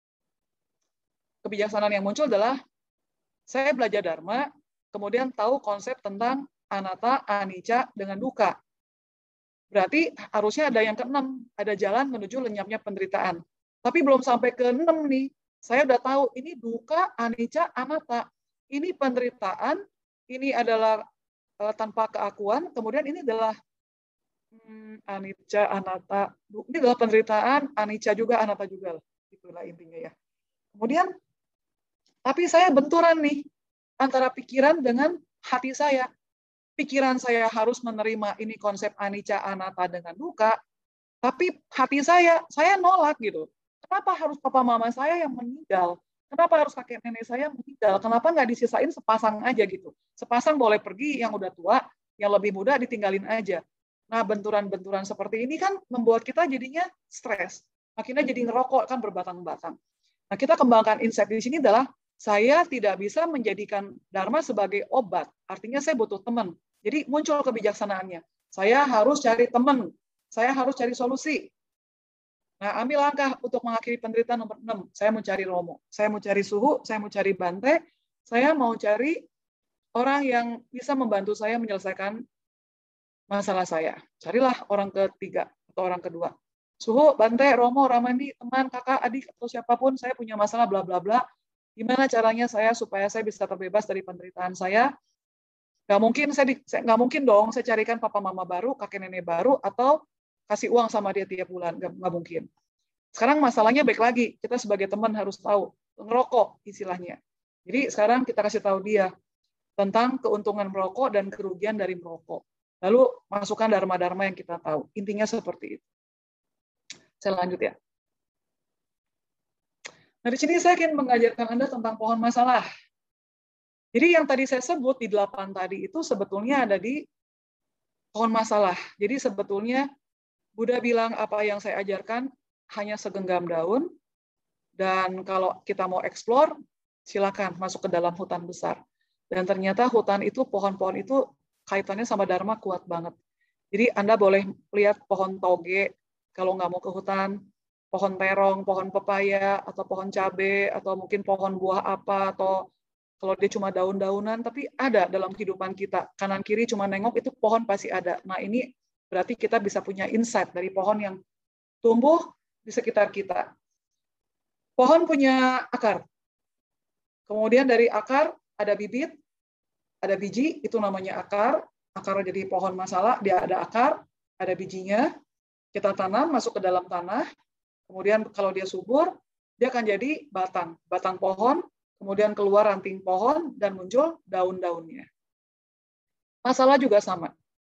[SPEAKER 1] Kebijaksanaan yang muncul adalah saya belajar Dharma, kemudian tahu konsep tentang anatta, anicca, dengan dukkha. Berarti harusnya ada yang keenam, ada jalan menuju lenyapnya penderitaan. Tapi belum sampai ke enam nih, saya udah tahu ini dukkha, anicca, anatta. Ini penderitaan, ini adalah uh, tanpa keakuan, kemudian ini adalah hmm, anicca, anatta. Ini adalah penderitaan, anicca juga, anatta juga. Itulah intinya ya. Kemudian, tapi saya benturan nih, antara pikiran dengan hati saya. Pikiran saya harus menerima ini konsep anicca, anatta dengan dukkha, tapi hati saya, saya nolak gitu. Kenapa harus papa mama saya yang meninggal? Kenapa harus kakek nenek saya meninggal? Kenapa nggak disisain sepasang aja gitu? Sepasang boleh pergi, yang udah tua, yang lebih muda ditinggalin aja. Nah, benturan-benturan seperti ini kan membuat kita jadinya stres. Akhirnya jadi ngerokok kan berbatang-batang. Nah, kita kembangkan insight di sini adalah saya tidak bisa menjadikan Dharma sebagai obat. Artinya saya butuh teman. Jadi muncul kebijaksanaannya. Saya harus cari teman. Saya harus cari solusi. Nah, ambil langkah untuk mengakhiri penderitaan nomor enam. Saya mau cari Romo. Saya mau cari Suhu. Saya mau cari Bante. Saya mau cari orang yang bisa membantu saya menyelesaikan masalah saya. Carilah orang ketiga atau orang kedua. Suhu, Bante, Romo, Ramandi, teman, kakak, adik, atau siapapun, saya punya masalah, bla bla bla. Gimana caranya saya supaya saya bisa terbebas dari penderitaan saya? Nggak mungkin saya, di, saya nggak mungkin dong saya carikan papa mama baru, kakek nenek baru, atau kasih uang sama dia tiap bulan. Nggak, nggak mungkin. Sekarang masalahnya baik lagi, kita sebagai teman harus tahu ngerokok istilahnya. Jadi sekarang kita kasih tahu dia tentang keuntungan merokok dan kerugian dari merokok. Lalu masukkan dharma-dharma yang kita tahu. Intinya seperti itu. Saya lanjut ya. Nah, di sini saya ingin mengajarkan Anda tentang pohon masalah. Jadi yang tadi saya sebut di delapan tadi itu sebetulnya ada di pohon masalah. Jadi sebetulnya Buddha bilang apa yang saya ajarkan hanya segenggam daun, dan kalau kita mau eksplor, silakan masuk ke dalam hutan besar. Dan ternyata hutan itu, pohon-pohon itu kaitannya sama Dharma kuat banget. Jadi Anda boleh lihat pohon toge kalau nggak mau ke hutan, pohon terong, pohon pepaya, atau pohon cabe, atau mungkin pohon buah apa, atau kalau dia cuma daun-daunan, tapi ada dalam kehidupan kita. Kanan kiri cuma nengok, itu pohon pasti ada. Nah, ini berarti kita bisa punya insight dari pohon yang tumbuh di sekitar kita. Pohon punya akar. Kemudian dari akar ada bibit, ada biji, itu namanya akar. Akar jadi pohon masalah, dia ada akar, ada bijinya. Kita tanam, masuk ke dalam tanah. Kemudian kalau dia subur, dia akan jadi batang. Batang pohon, kemudian keluar ranting pohon, dan muncul daun-daunnya. Masalah juga sama.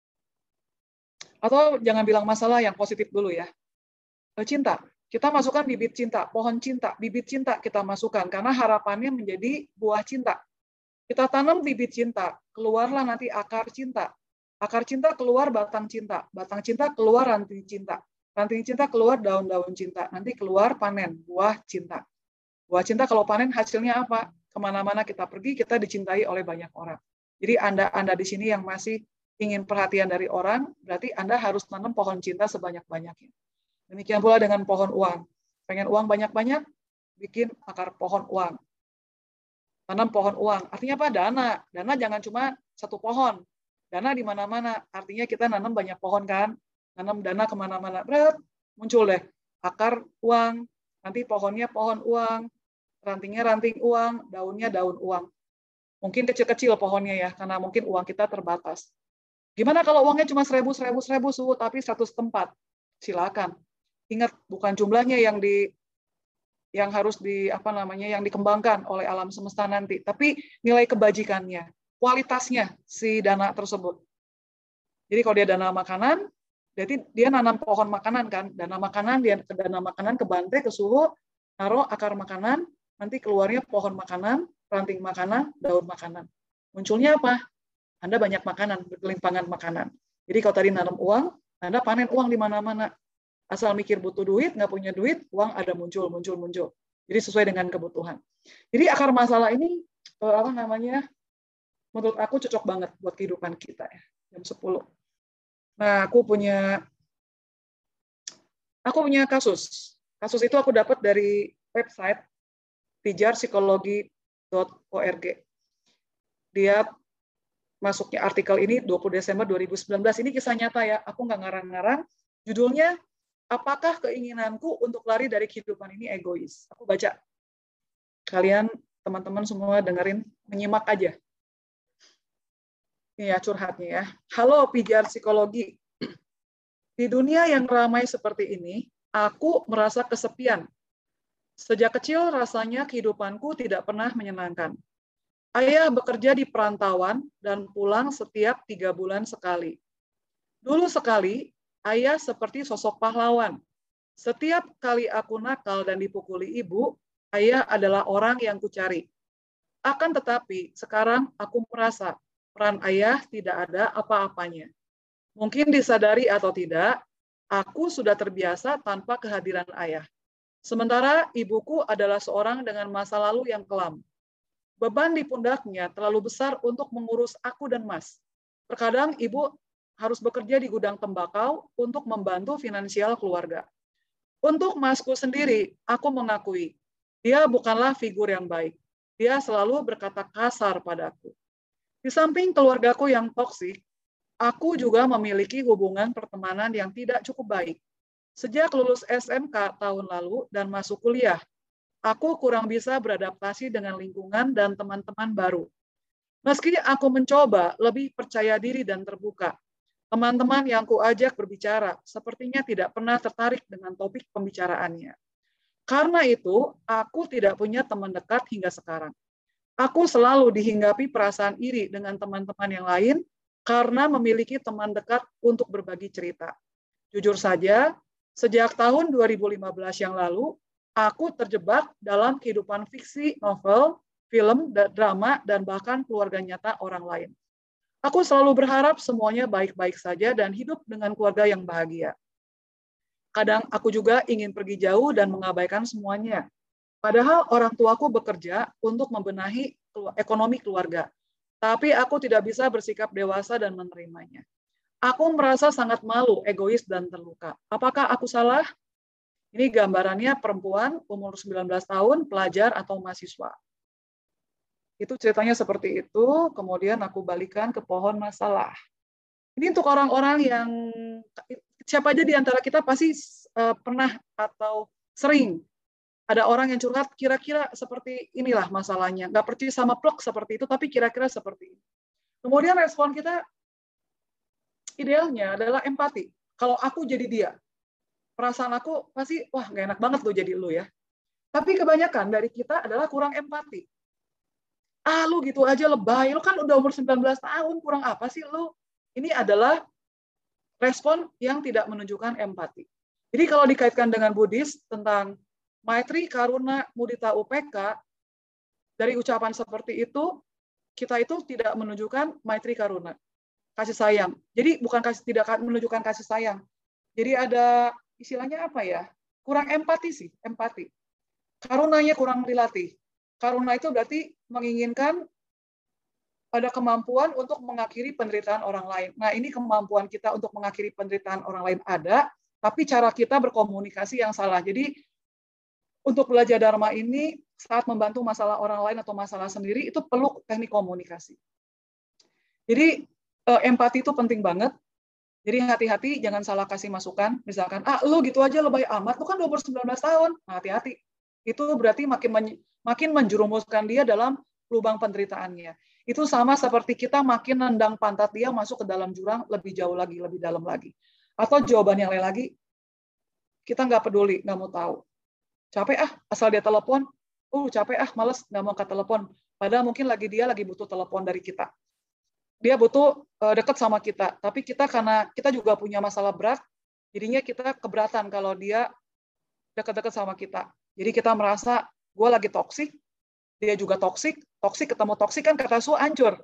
[SPEAKER 1] Atau jangan bilang masalah, yang positif dulu ya. Cinta. Kita masukkan bibit cinta, pohon cinta, bibit cinta kita masukkan, karena harapannya menjadi buah cinta. Kita tanam bibit cinta, keluarlah nanti akar cinta. Akar cinta keluar batang cinta. Batang cinta keluar ranting cinta. Ranting cinta keluar daun-daun cinta. Nanti keluar panen, buah cinta. Buah cinta kalau panen hasilnya apa? Kemana-mana kita pergi, kita dicintai oleh banyak orang. Jadi Anda Anda di sini yang masih ingin perhatian dari orang, berarti Anda harus tanam pohon cinta sebanyak-banyaknya. Demikian pula dengan pohon uang. Pengen uang banyak-banyak, bikin akar pohon uang. Tanam pohon uang. Artinya apa? Dana. Dana jangan cuma satu pohon. Dana di mana-mana. Artinya kita nanam banyak pohon kan? Nanam dana kemana-mana. Berat, muncul deh. Akar uang. Nanti pohonnya pohon uang. Rantingnya ranting uang. Daunnya daun uang. Mungkin kecil-kecil pohonnya ya, karena mungkin uang kita terbatas. Gimana kalau uangnya cuma seribu, seribu, seribu, suhu, tapi seratus tempat? Silakan. Ingat, bukan jumlahnya yang di yang harus di apa namanya yang dikembangkan oleh alam semesta nanti, tapi nilai kebajikannya, kualitasnya si dana tersebut. Jadi kalau dia dana makanan, berarti dia nanam pohon makanan kan, dana makanan dia ke dana makanan ke Bante, ke Suhu, taruh akar makanan, nanti keluarnya pohon makanan, ranting makanan, daun makanan. Munculnya apa? Anda banyak makanan, berkelimpangan makanan. Jadi kalau tadi nanam uang, Anda panen uang di mana-mana. Asal mikir butuh duit, nggak punya duit, uang ada muncul, muncul, muncul. Jadi sesuai dengan kebutuhan. Jadi akar masalah ini, apa namanya, menurut aku cocok banget buat kehidupan kita ya. Jam sepuluh. Nah, aku punya aku punya kasus. Kasus itu aku dapat dari website pijar psikologi dot org. Dia masuknya artikel ini dua puluh Desember dua ribu sembilan belas. Ini kisah nyata ya, aku nggak ngarang-ngarang. Judulnya, apakah keinginanku untuk lari dari kehidupan ini egois? Aku baca. Kalian, teman-teman semua dengerin, menyimak aja. Ini ya curhatnya ya. Halo pijar psikologi. Di dunia yang ramai seperti ini, aku merasa kesepian. Sejak kecil rasanya kehidupanku tidak pernah menyenangkan. Ayah bekerja di perantauan dan pulang setiap tiga bulan sekali. Dulu sekali, ayah seperti sosok pahlawan. Setiap kali aku nakal dan dipukuli ibu, ayah adalah orang yang kucari. Akan tetapi, sekarang aku merasa peran ayah tidak ada apa-apanya. Mungkin disadari atau tidak, aku sudah terbiasa tanpa kehadiran ayah. Sementara ibuku adalah seorang dengan masa lalu yang kelam. Beban di pundaknya terlalu besar untuk mengurus aku dan Mas. Terkadang ibu harus bekerja di gudang tembakau untuk membantu finansial keluarga. Untuk Masku sendiri, aku mengakui, dia bukanlah figur yang baik. Dia selalu berkata kasar padaku. Di samping keluargaku yang toksik, aku juga memiliki hubungan pertemanan yang tidak cukup baik. Sejak lulus S M K tahun lalu dan masuk kuliah, aku kurang bisa beradaptasi dengan lingkungan dan teman-teman baru. Meski aku mencoba lebih percaya diri dan terbuka, teman-teman yang kuajak berbicara sepertinya tidak pernah tertarik dengan topik pembicaraannya. Karena itu, aku tidak punya teman dekat hingga sekarang. Aku selalu dihinggapi perasaan iri dengan teman-teman yang lain karena memiliki teman dekat untuk berbagi cerita. Jujur saja, sejak tahun dua ribu lima belas yang lalu, aku terjebak dalam kehidupan fiksi, novel, film, drama, dan bahkan keluarga nyata orang lain. Aku selalu berharap semuanya baik-baik saja dan hidup dengan keluarga yang bahagia. Kadang aku juga ingin pergi jauh dan mengabaikan semuanya. Padahal orang tuaku bekerja untuk membenahi ekonomi keluarga. Tapi aku tidak bisa bersikap dewasa dan menerimanya. Aku merasa sangat malu, egois, dan terluka. Apakah aku salah? Ini gambarannya perempuan umur sembilan belas tahun, pelajar atau mahasiswa. Itu ceritanya seperti itu, kemudian aku balikan ke pohon masalah. Ini untuk orang-orang yang, siapa aja di antara kita pasti uh, pernah atau sering ada orang yang curhat kira-kira seperti inilah masalahnya. Nggak persis sama plek seperti itu, tapi kira-kira seperti ini. Kemudian respon kita idealnya adalah empati. Kalau aku jadi dia, perasaan aku pasti, wah nggak enak banget lo jadi lu ya. Tapi kebanyakan dari kita adalah kurang empati. Ah lu gitu aja lebay, lu kan udah umur sembilan belas tahun, kurang apa sih lu? Ini adalah respon yang tidak menunjukkan empati. Jadi kalau dikaitkan dengan Buddhis tentang Maitri, Karuna, Mudita, U P K, dari ucapan seperti itu, kita itu tidak menunjukkan Maitri, Karuna, kasih sayang. Jadi bukan kasih, tidak menunjukkan kasih sayang. Jadi ada istilahnya apa ya? Kurang empati sih, empati. Karunanya kurang dilatih. Karuna itu berarti menginginkan ada kemampuan untuk mengakhiri penderitaan orang lain. Nah, ini kemampuan kita untuk mengakhiri penderitaan orang lain ada, tapi cara kita berkomunikasi yang salah. Jadi, untuk belajar Dharma ini, saat membantu masalah orang lain atau masalah sendiri, itu perlu teknik komunikasi. Jadi, empati itu penting banget. Jadi, hati-hati, jangan salah kasih masukan. Misalkan, ah, lu gitu aja lebay amat, lu kan umur sembilan belas tahun. Nah, hati-hati. Itu berarti makin men- makin menjerumuskan dia dalam lubang penderitaannya. Itu sama seperti kita makin nendang pantat dia masuk ke dalam jurang lebih jauh lagi, lebih dalam lagi. Atau jawaban yang lain lagi, kita nggak peduli, nggak mau tahu. Capek ah, asal dia telepon, uh capek ah, males, nggak mau angkat telepon. Padahal mungkin lagi dia lagi butuh telepon dari kita. Dia butuh uh, dekat sama kita, tapi kita karena kita juga punya masalah berat, jadinya kita keberatan kalau dia dekat-dekat sama kita. Jadi kita merasa, gue lagi toksik, dia juga toksik, toksik ketemu toksik kan kata Su hancur.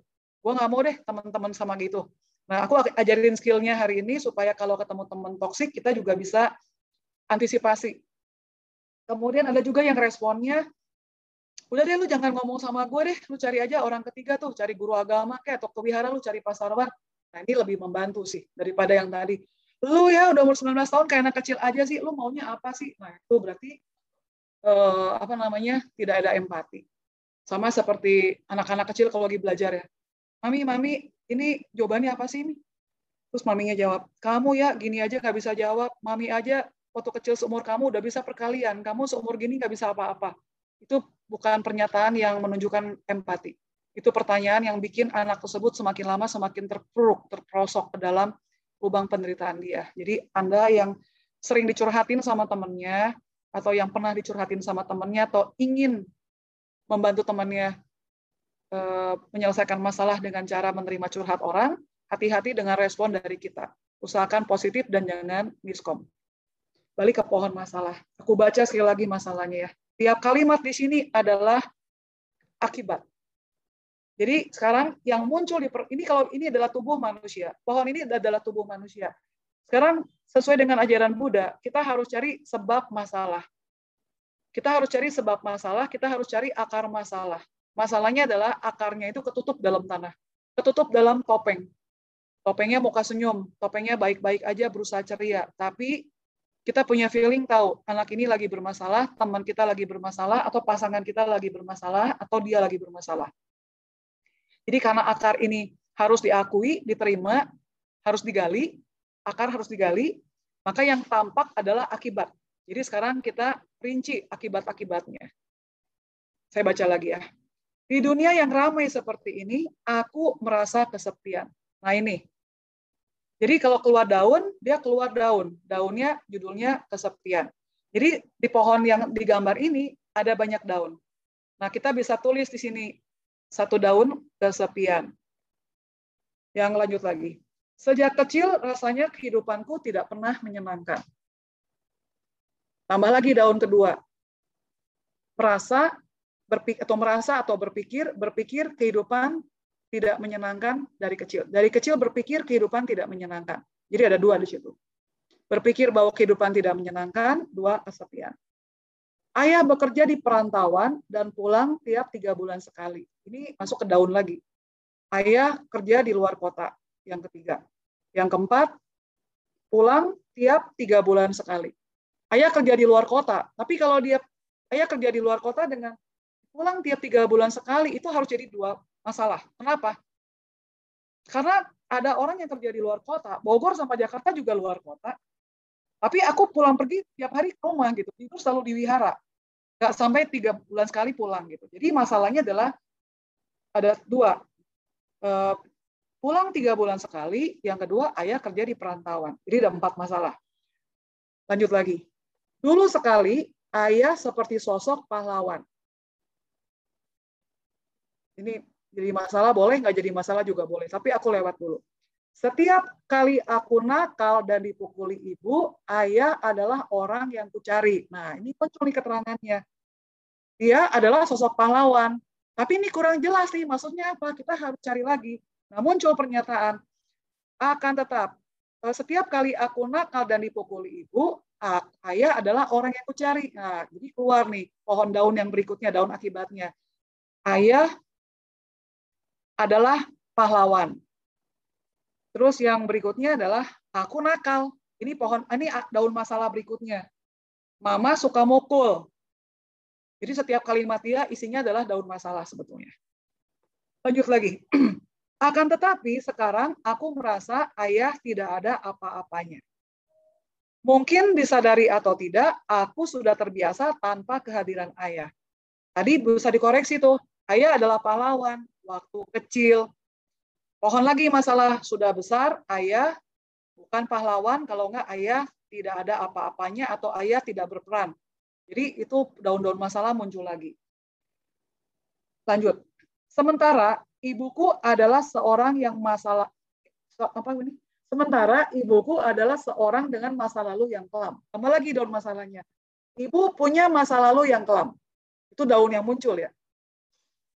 [SPEAKER 1] Gue nggak mau deh teman-teman sama gitu. Nah, aku ajarin skillnya hari ini supaya kalau ketemu teman toksik, kita juga bisa antisipasi. Kemudian ada juga yang responnya, udah deh lu jangan ngomong sama gue deh, lu cari aja orang ketiga tuh, cari guru agama kayak atau kewihara, lu cari pasarwan. Nah, ini lebih membantu sih daripada yang tadi. Lu ya udah umur sembilan belas tahun kayak anak kecil aja sih, lu maunya apa sih? Nah, itu berarti eh, apa namanya? Tidak ada empati. Sama seperti anak-anak kecil kalau lagi belajar ya. Mami, mami, ini jawabannya apa sih ini? Terus maminya jawab, kamu ya gini aja nggak bisa jawab, mami aja waktu kecil seumur kamu udah bisa perkalian, kamu seumur gini nggak bisa apa-apa. Itu bukan pernyataan yang menunjukkan empati. Itu pertanyaan yang bikin anak tersebut semakin lama semakin terpuruk, terperosok ke dalam lubang penderitaan dia. Jadi Anda yang sering dicurhatin sama temannya, atau yang pernah dicurhatin sama temannya, atau ingin membantu temannya eh, menyelesaikan masalah dengan cara menerima curhat orang, hati-hati dengan respon dari kita. Usahakan positif dan jangan miskom. Balik ke pohon masalah. Aku baca sekali lagi masalahnya ya. Tiap kalimat di sini adalah akibat. Jadi sekarang yang muncul di ini kalau ini adalah tubuh manusia. Pohon ini adalah tubuh manusia. Sekarang sesuai dengan ajaran Buddha, kita harus cari sebab masalah. Kita harus cari sebab masalah, kita harus cari akar masalah. Masalahnya adalah akarnya itu ketutup dalam tanah. Ketutup dalam topeng. Topengnya muka senyum, topengnya baik-baik aja berusaha ceria, tapi kita punya feeling tahu anak ini lagi bermasalah, teman kita lagi bermasalah, atau pasangan kita lagi bermasalah, atau dia lagi bermasalah. Jadi karena akar ini harus diakui, diterima, harus digali, akar harus digali, maka yang tampak adalah akibat. Jadi sekarang kita rinci akibat-akibatnya. Saya baca lagi ya. Di dunia yang ramai seperti ini, aku merasa kesepian. Nah ini. Jadi kalau keluar daun, dia keluar daun. Daunnya judulnya kesepian. Jadi di pohon yang digambar ini ada banyak daun. Nah kita bisa tulis di sini satu daun kesepian. Yang lanjut lagi. Sejak kecil rasanya kehidupanku tidak pernah menyenangkan. Tambah lagi daun kedua. Merasa berpikir atau merasa atau berpikir berpikir kehidupan tidak menyenangkan dari kecil. Dari kecil berpikir kehidupan tidak menyenangkan. Jadi ada dua di situ. Berpikir bahwa kehidupan tidak menyenangkan, dua kesepian. Ayah bekerja di perantauan dan pulang tiap tiga bulan sekali. Ini masuk ke daun lagi. Ayah kerja di luar kota. Yang ketiga. Yang keempat, pulang tiap tiga bulan sekali. Ayah kerja di luar kota. Tapi kalau dia ayah kerja di luar kota dengan pulang tiap tiga bulan sekali, itu harus jadi dua masalah. Kenapa? Karena ada orang yang kerja di luar kota, Bogor sampai Jakarta juga luar kota, tapi aku pulang pergi tiap hari ke rumah gitu, itu selalu di wihara, nggak sampai tiga bulan sekali pulang gitu. Jadi masalahnya adalah ada dua, e, pulang tiga bulan sekali, yang kedua ayah kerja di perantauan. Jadi ada empat masalah. Lanjut lagi. Dulu sekali ayah seperti sosok pahlawan. Ini jadi masalah boleh, nggak jadi masalah juga boleh. Tapi aku lewat dulu. Setiap kali aku nakal dan dipukuli ibu, ayah adalah orang yang kucari. Nah, ini muncul nih keterangannya. Dia adalah sosok pahlawan. Tapi ini kurang jelas nih, maksudnya apa? Kita harus cari lagi. Nah, muncul pernyataan. Akan tetap, setiap kali aku nakal dan dipukuli ibu, ayah adalah orang yang kucari. Nah, jadi keluar nih pohon daun yang berikutnya, daun akibatnya. Ayah adalah pahlawan. Terus yang berikutnya adalah aku nakal. Ini pohon, ini daun masalah berikutnya. Mama suka mukul. Jadi setiap kalimat dia isinya adalah daun masalah sebetulnya. Lanjut lagi. Akan tetapi sekarang aku merasa ayah tidak ada apa-apanya. Mungkin disadari atau tidak, aku sudah terbiasa tanpa kehadiran ayah. Tadi bisa dikoreksi tuh. Ayah adalah pahlawan waktu kecil. Pohon lagi masalah sudah besar, ayah bukan pahlawan kalau enggak ayah tidak ada apa-apanya atau ayah tidak berperan. Jadi itu daun-daun masalah muncul lagi. Lanjut. Sementara ibuku adalah seorang yang masalah apa ini? Sementara ibuku adalah seorang dengan masa lalu yang kelam. Tambah lagi daun masalahnya. Ibu punya masa lalu yang kelam. Itu daun yang muncul ya.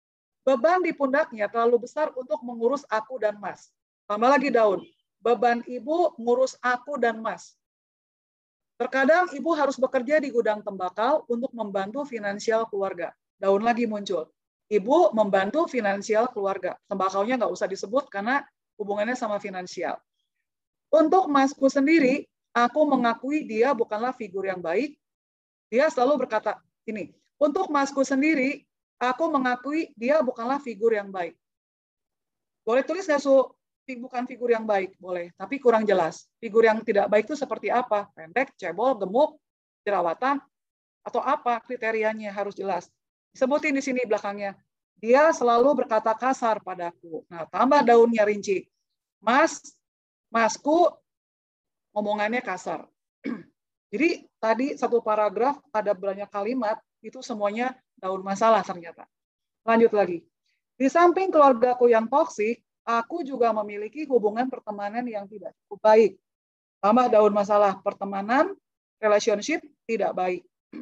[SPEAKER 1] Beban di pundaknya terlalu besar untuk mengurus aku dan Mas. Tambah lagi daun. Beban ibu ngurus aku dan Mas. Terkadang ibu harus bekerja di gudang tembakau untuk membantu finansial keluarga. Daun lagi muncul. Ibu membantu finansial keluarga. Tembakaunya nggak usah disebut karena hubungannya sama finansial. Untuk Masku sendiri, aku mengakui dia bukanlah figur yang baik. Dia selalu berkata ini, untuk Masku sendiri, aku mengakui dia bukanlah figur yang baik. Boleh tulis nggak, Su? Bukan figur yang baik, boleh. Tapi kurang jelas. Figur yang tidak baik itu seperti apa? Pendek, cebol, gemuk, jerawatan, atau apa kriterianya harus jelas. Sebutin di sini belakangnya. Dia selalu berkata kasar padaku. Nah, tambah daunnya rinci. Mas, Masku ngomongannya kasar. Jadi tadi satu paragraf ada banyak kalimat, itu semuanya daun masalah ternyata. Lanjut lagi. Di samping keluargaku yang toksik, aku juga memiliki hubungan pertemanan yang tidak cukup baik. Tambah daun masalah pertemanan, relationship tidak baik.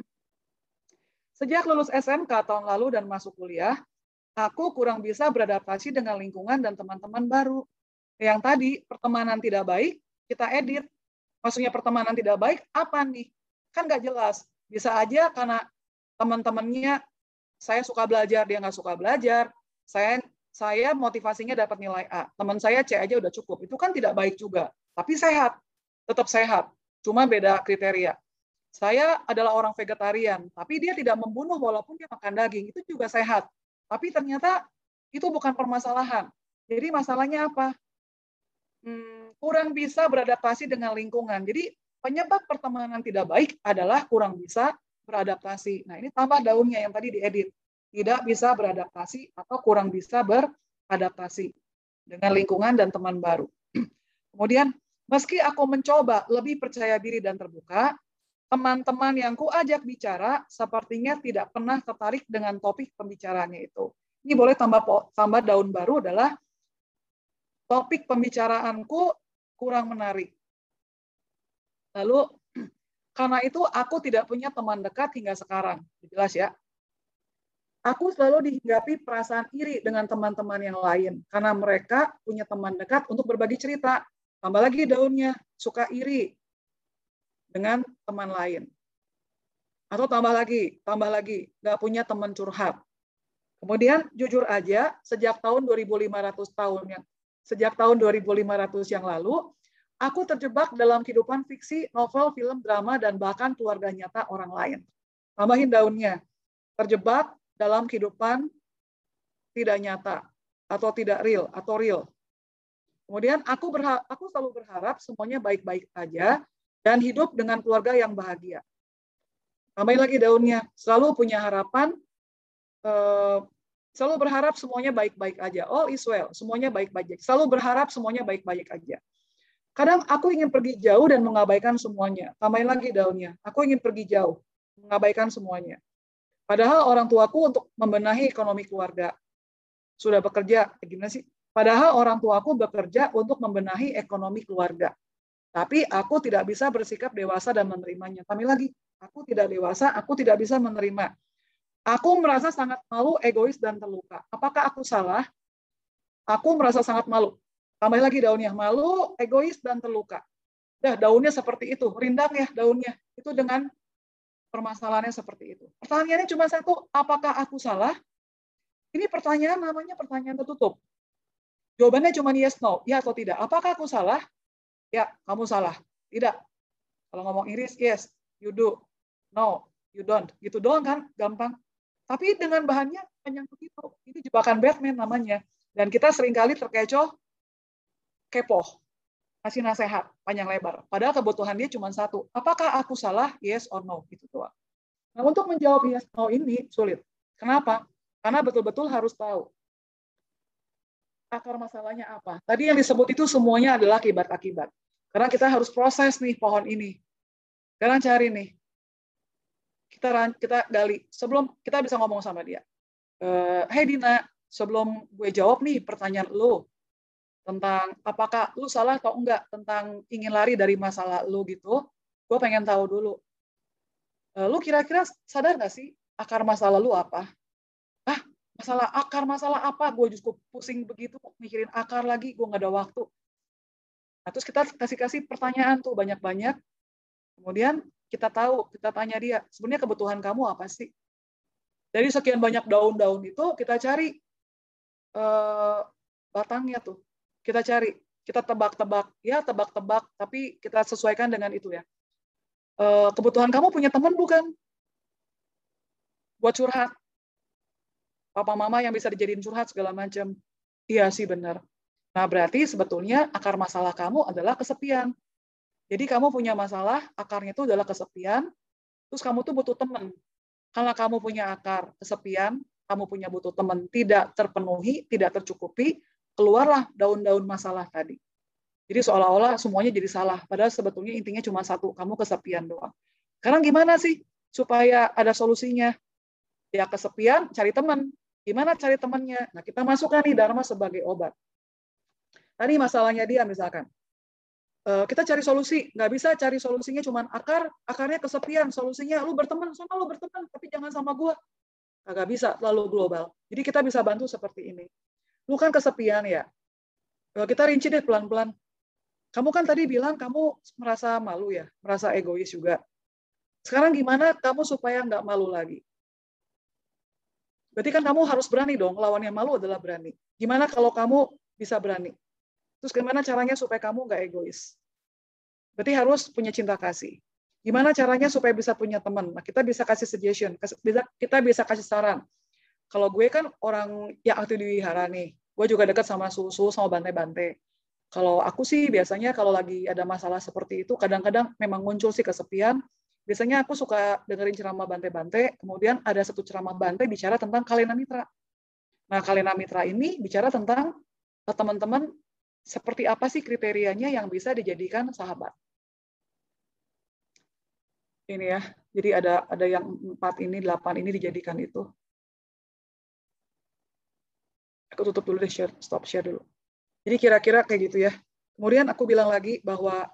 [SPEAKER 1] Sejak lulus S M K tahun lalu dan masuk kuliah, aku kurang bisa beradaptasi dengan lingkungan dan teman-teman baru. Yang tadi, pertemanan tidak baik, kita edit. Maksudnya pertemanan tidak baik, apa nih? Kan nggak jelas. Bisa aja karena teman-temannya, saya suka belajar, dia nggak suka belajar. Saya saya motivasinya dapat nilai A. Teman saya C aja udah cukup. Itu kan tidak baik juga. Tapi sehat. Tetap sehat. Cuma beda kriteria. Saya adalah orang vegetarian, tapi dia tidak membunuh walaupun dia makan daging. Itu juga sehat. Tapi ternyata itu bukan permasalahan. Jadi masalahnya apa? Hmm, kurang bisa beradaptasi dengan lingkungan. Jadi penyebab pertemanan tidak baik adalah kurang bisa beradaptasi. Nah, ini tambah daunnya yang tadi diedit. Tidak bisa beradaptasi atau kurang bisa beradaptasi dengan lingkungan dan teman baru. Kemudian, meski aku mencoba lebih percaya diri dan terbuka, teman-teman yang kuajak bicara sepertinya tidak pernah tertarik dengan topik pembicaraannya itu. Ini boleh tambah tambah daun baru adalah topik pembicaraanku kurang menarik. Lalu, karena itu aku tidak punya teman dekat hingga sekarang. Jelas ya. Aku selalu dihinggapi perasaan iri dengan teman-teman yang lain karena mereka punya teman dekat untuk berbagi cerita. Tambah lagi daunnya, suka iri dengan teman lain. Atau tambah lagi, tambah lagi, nggak punya teman curhat. Kemudian jujur aja, sejak tahun dua ribu lima ratus tahun yang sejak tahun dua ribu lima ratus yang lalu, aku terjebak dalam kehidupan fiksi, novel, film, drama, dan bahkan keluarga nyata orang lain. Tambahin daunnya, terjebak dalam kehidupan tidak nyata atau tidak real atau real. Kemudian aku berharap, aku selalu berharap semuanya baik-baik aja dan hidup dengan keluarga yang bahagia. Tambahin lagi daunnya, selalu punya harapan, eh, selalu berharap semuanya baik-baik aja. All is well, semuanya baik-baik aja. Selalu berharap semuanya baik-baik aja. Kadang aku ingin pergi jauh dan mengabaikan semuanya. Tambahin lagi daunnya, aku ingin pergi jauh, mengabaikan semuanya. Padahal orang tuaku untuk membenahi ekonomi keluarga. Sudah bekerja, gimana sih? Padahal orang tuaku bekerja untuk membenahi ekonomi keluarga. Tapi aku tidak bisa bersikap dewasa dan menerimanya. Kami lagi, aku tidak dewasa, aku tidak bisa menerima. Aku merasa sangat malu, egois, dan terluka. Apakah aku salah? Aku merasa sangat malu. Tambah lagi daunnya, malu, egois, dan terluka. Dah, daunnya seperti itu. Rindang ya daunnya. Itu dengan permasalahannya seperti itu. Pertanyaannya cuma satu, apakah aku salah? Ini pertanyaan namanya pertanyaan tertutup. Jawabannya cuma yes, no, ya atau tidak. Apakah aku salah? Ya, kamu salah. Tidak. Kalau ngomong Inggris, yes, you do. No, you don't. Gitu doang kan, gampang. Tapi dengan bahannya panjang begitu. Ini jebakan Batman namanya. Dan kita seringkali terkecoh, kepo. Kasih nasihat, panjang lebar. Padahal kebutuhan dia cuma satu. Apakah aku salah? Yes or no. Gitu doang. Nah, untuk menjawab yes no ini sulit. Kenapa? Karena betul-betul harus tahu akar masalahnya apa. Tadi yang disebut itu semuanya adalah akibat-akibat. Karena kita harus proses nih pohon ini. Sekarang cari nih. Kita kita gali. Sebelum kita bisa ngomong sama dia. Uh, hey Dina, sebelum gue jawab nih pertanyaan lu tentang apakah lu salah atau enggak tentang ingin lari dari masalah lu gitu, gue pengen tahu dulu. Uh, lu kira-kira sadar nggak sih akar masalah lu apa? Ah, Masalah akar, masalah apa, gue juga pusing begitu, mikirin akar lagi, gue nggak ada waktu. Nah, terus kita kasih-kasih pertanyaan tuh banyak-banyak, kemudian kita tahu, kita tanya dia, sebenarnya kebutuhan kamu apa sih? Dari sekian banyak daun-daun itu, kita cari eh, batangnya tuh. Kita cari, kita tebak-tebak, ya tebak-tebak, tapi kita sesuaikan dengan itu ya. Eh, kebutuhan kamu punya teman bukan? Buat curhat. Papa mama yang bisa dijadiin curhat segala macam. Iya sih benar. Nah, berarti sebetulnya akar masalah kamu adalah kesepian. Jadi kamu punya masalah, akarnya itu adalah kesepian, terus kamu tuh butuh teman. Karena kamu punya akar kesepian, kamu punya butuh teman tidak terpenuhi, tidak tercukupi, keluarlah daun-daun masalah tadi. Jadi seolah-olah semuanya jadi salah, padahal sebetulnya intinya cuma satu, kamu kesepian doang. Sekarang gimana sih supaya ada solusinya? Ya kesepian, cari teman. Gimana cari temannya? Nah, kita masukkan nih Dharma sebagai obat. Tadi masalahnya dia misalkan, kita cari solusi, nggak bisa cari solusinya cuma akar, akarnya kesepian, solusinya lu berteman, sama lu berteman, tapi jangan sama gua. Nggak bisa, terlalu global. Jadi kita bisa bantu seperti ini. Lu kan kesepian ya, kita rinci deh pelan-pelan. Kamu kan tadi bilang kamu merasa malu ya, merasa egois juga. Sekarang gimana kamu supaya nggak malu lagi? Berarti kan kamu harus berani dong, lawannya malu adalah berani. Gimana kalau kamu bisa berani? Terus gimana caranya supaya kamu nggak egois? Berarti harus punya cinta kasih. Gimana caranya supaya bisa punya teman? Nah, kita bisa kasih suggestion, kita bisa kasih saran. Kalau gue kan orang yang aktif di wihara nih, gue juga dekat sama susu, sama bante-bante. Kalau aku sih biasanya kalau lagi ada masalah seperti itu, kadang-kadang memang muncul sih kesepian. Biasanya aku suka dengerin ceramah bante-bante, kemudian ada satu ceramah bante bicara tentang Kalena Mitra. Nah, Kalena Mitra ini bicara tentang teman-teman seperti apa sih kriterianya yang bisa dijadikan sahabat. Ini ya, jadi ada ada yang empat ini, delapan ini dijadikan itu. Aku tutup dulu deh, share, stop share dulu. Jadi kira-kira kayak gitu ya. Kemudian aku bilang lagi bahwa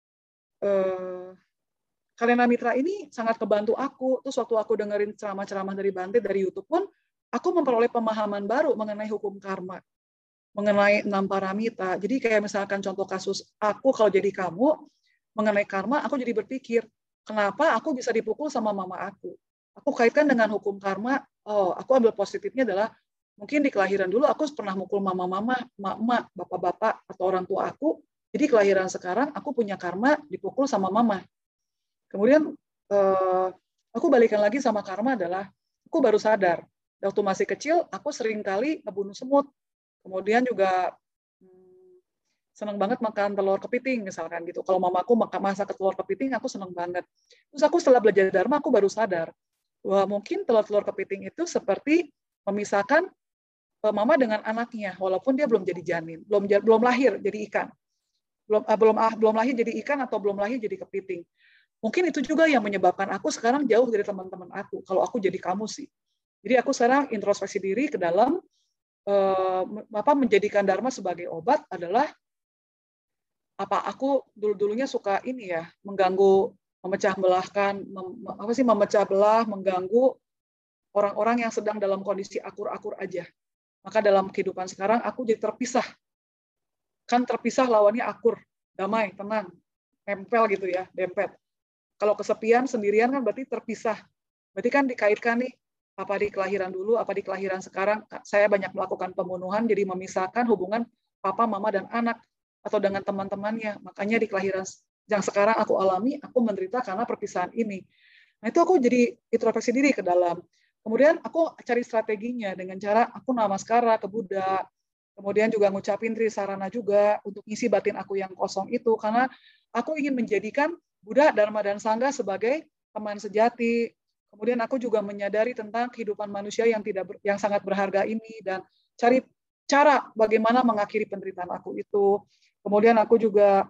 [SPEAKER 1] eh, Kalena Mitra ini sangat kebantu aku. Terus waktu aku dengerin ceramah-ceramah dari Bante, dari YouTube pun, aku memperoleh pemahaman baru mengenai hukum karma, mengenai enam paramita. Jadi kayak misalkan contoh kasus aku kalau jadi kamu, mengenai karma, aku jadi berpikir, kenapa aku bisa dipukul sama mama aku? Aku kaitkan dengan hukum karma, oh, aku ambil positifnya adalah, mungkin di kelahiran dulu aku pernah mukul mama-mama, emak-emak, bapak-bapak, atau orang tua aku, jadi kelahiran sekarang aku punya karma dipukul sama mama. Kemudian eh, aku balikan lagi sama karma adalah, aku baru sadar, waktu masih kecil, aku sering kali ngebunuh semut. Kemudian juga hmm, senang banget makan telur kepiting misalkan gitu. Kalau mamaku masak telur kepiting, aku senang banget. Terus aku setelah belajar Dharma, aku baru sadar bahwa mungkin telur-telur kepiting itu seperti memisahkan mama dengan anaknya, walaupun dia belum jadi janin, belum belum lahir jadi ikan, belum ah, belum ah, belum lahir jadi ikan atau belum lahir jadi kepiting. Mungkin itu juga yang menyebabkan aku sekarang jauh dari teman-teman aku. Kalau aku jadi kamu sih. Jadi aku sekarang introspeksi diri ke dalam eh, apa menjadikan Dharma sebagai obat adalah apa aku dulu-dulunya suka ini ya, mengganggu, memecah belahkan, mem, apa sih memecah belah, mengganggu orang-orang yang sedang dalam kondisi akur-akur aja. Maka dalam kehidupan sekarang aku jadi terpisah. Kan terpisah lawannya akur, damai, tenang, nempel gitu ya, dempet. Kalau kesepian sendirian kan berarti terpisah. Berarti kan dikaitkan nih, apa di kelahiran dulu, apa di kelahiran sekarang, saya banyak melakukan pembunuhan, jadi memisahkan hubungan papa, mama, dan anak, atau dengan teman-temannya. Makanya di kelahiran yang sekarang aku alami, aku menderita karena perpisahan ini. Nah itu aku jadi introspeksi diri ke dalam. Kemudian aku cari strateginya dengan cara aku namaskara ke Buddha, kemudian juga ngucapin Trisarana juga untuk isi batin aku yang kosong itu, karena aku ingin menjadikan Buddha, Dharma, dan Sangha sebagai teman sejati. Kemudian aku juga menyadari tentang kehidupan manusia yang tidak ber, yang sangat berharga ini dan cari cara bagaimana mengakhiri penderitaan aku itu. Kemudian aku juga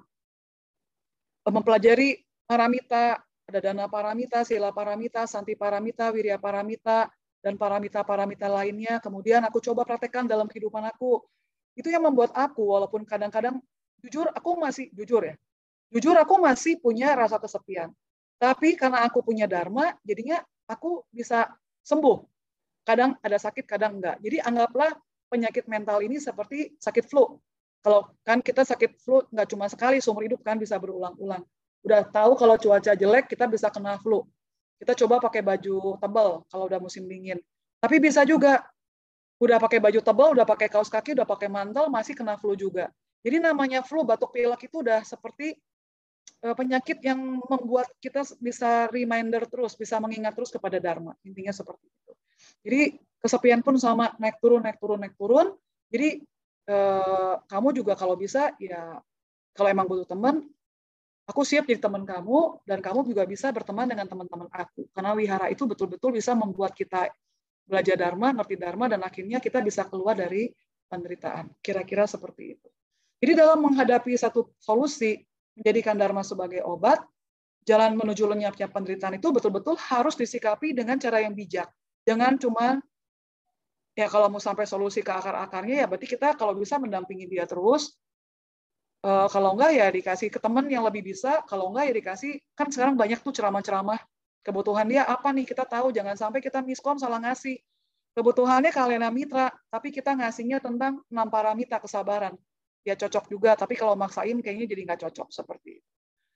[SPEAKER 1] mempelajari paramita, ada dana paramita, sila paramita, santi paramita, wirya paramita, dan paramita-paramita lainnya. Kemudian aku coba praktekkan dalam kehidupan aku. Itu yang membuat aku, walaupun kadang-kadang jujur aku masih jujur ya. Jujur aku masih punya rasa kesepian. Tapi karena aku punya Dharma, jadinya aku bisa sembuh. kadang ada sakit, kadang enggak. Jadi anggaplah penyakit mental ini seperti sakit flu. Kalau kan kita sakit flu nggak cuma sekali seumur hidup kan, bisa berulang-ulang. Udah tahu kalau cuaca jelek kita bisa kena flu. Kita coba pakai baju tebal kalau udah musim dingin. Tapi bisa juga udah pakai baju tebal, udah pakai kaos kaki, udah pakai mantel, masih kena flu juga. Jadi namanya flu, batuk pilek itu udah seperti penyakit yang membuat kita bisa reminder terus, bisa mengingat terus kepada Dharma. Intinya seperti itu. Jadi kesepian pun sama, naik turun, naik turun, naik turun. Jadi eh, kamu juga kalau bisa, ya kalau emang butuh teman, aku siap jadi teman kamu, dan kamu juga bisa berteman dengan teman-teman aku. Karena wihara itu betul-betul bisa membuat kita belajar Dharma, ngerti Dharma, dan akhirnya kita bisa keluar dari penderitaan. Kira-kira seperti itu. Jadi dalam menghadapi satu solusi, menjadikan Dharma sebagai obat, jalan menuju lenyapnya penderitaan itu betul-betul harus disikapi dengan cara yang bijak. Jangan cuma, ya kalau mau sampai solusi ke akar-akarnya, ya berarti kita kalau bisa mendampingi dia terus. Uh, kalau enggak ya dikasih ke teman yang lebih bisa, kalau enggak ya dikasih, kan sekarang banyak tuh ceramah-ceramah, kebutuhan dia apa nih, kita tahu, jangan sampai kita miskom salah ngasih. Kebutuhannya kalena mitra, tapi kita ngasihnya tentang enam paramita kesabaran. Ya cocok juga, tapi kalau maksain kayaknya jadi nggak cocok seperti itu.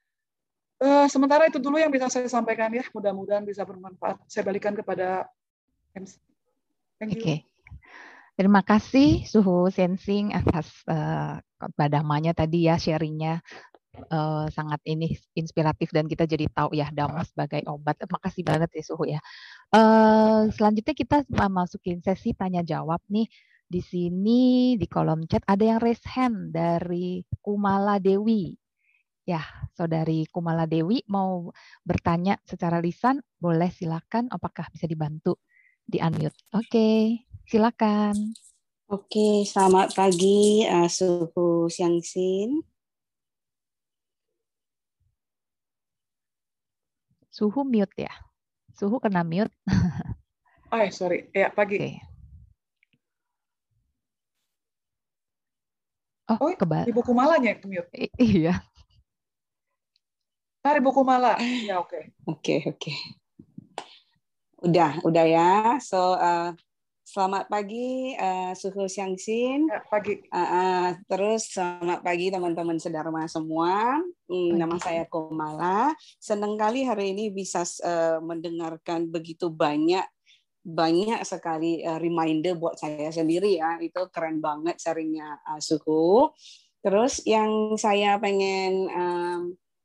[SPEAKER 1] Uh, sementara itu dulu yang bisa saya sampaikan ya, mudah-mudahan bisa bermanfaat. Saya balikan kepada M C. Thank you.
[SPEAKER 2] Oke. Terima kasih Suhu Sensing atas uh, Dhamma-nya tadi ya, sharingnya uh, sangat ini inspiratif dan kita jadi tahu ya Dhamma sebagai obat. Terima kasih banget ya Suhu ya. Uh, selanjutnya kita masukin sesi tanya jawab nih. Di sini di kolom chat ada yang raise hand dari Kumala Dewi. Ya, Saudari Kumala Dewi mau bertanya secara lisan, boleh silakan. Apakah bisa dibantu di unmute? Oke. Silakan.
[SPEAKER 3] Oke, selamat pagi, uh, Suhu Siangsin.
[SPEAKER 2] Suhu mute ya? Suhu kena mute.
[SPEAKER 1] Oh, sorry. Ya, pagi.
[SPEAKER 2] Oke. Oh,
[SPEAKER 1] oh
[SPEAKER 2] kebal.
[SPEAKER 1] Ibu Kumalanya yang mute.
[SPEAKER 2] I iya.
[SPEAKER 1] Ntar Ibu Kumala. Ya, oke. Okay.
[SPEAKER 3] Oke, okay, oke. Okay. Udah, udah ya. So, uh, selamat pagi, uh, Suhu Siangsin.
[SPEAKER 1] Ya, pagi.
[SPEAKER 3] Uh, uh, terus selamat pagi teman-teman sedharma semua. Hmm, nama saya Kumala. Senang kali hari ini bisa uh, mendengarkan begitu banyak banyak sekali uh, reminder buat saya sendiri ya. Itu keren banget sharingnya uh, Suhu. Terus yang saya pengen um,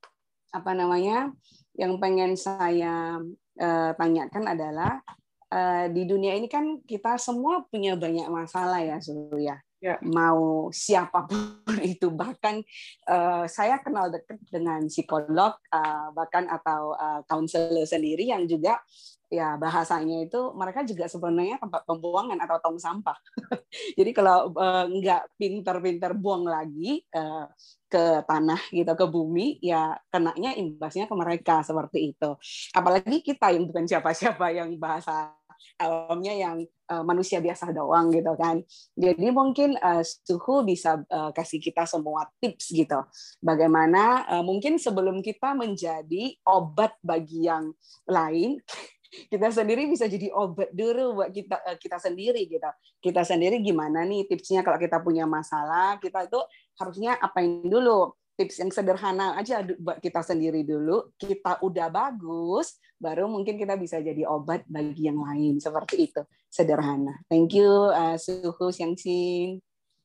[SPEAKER 3] apa namanya? Yang pengen saya Uh, tanyakan adalah uh, di dunia ini kan kita semua punya banyak masalah ya, Suhu ya. Ya. Mau siapapun itu, bahkan uh, saya kenal dekat dengan psikolog uh, bahkan atau konselor uh, sendiri yang juga ya bahasanya itu mereka juga sebenarnya tempat pembuangan atau tong sampah. Jadi kalau uh, nggak pinter-pinter buang lagi uh, ke tanah gitu, ke bumi, ya kenanya imbasnya ke mereka seperti itu. Apalagi kita yang bukan siapa-siapa, yang bahasa alamnya yang uh, manusia biasa doang gitu kan. Jadi mungkin uh, Suhu bisa uh, kasih kita semua tips gitu. Bagaimana uh, mungkin sebelum kita menjadi obat bagi yang lain, kita sendiri bisa jadi obat dulu buat kita kita sendiri gitu. Kita sendiri gimana nih tipsnya kalau kita punya masalah, kita itu harusnya apain dulu? Tips yang sederhana aja buat kita sendiri dulu. Kita udah bagus, baru mungkin kita bisa jadi obat bagi yang lain. Seperti itu, sederhana. Thank you, uh, Suhu Siangsin.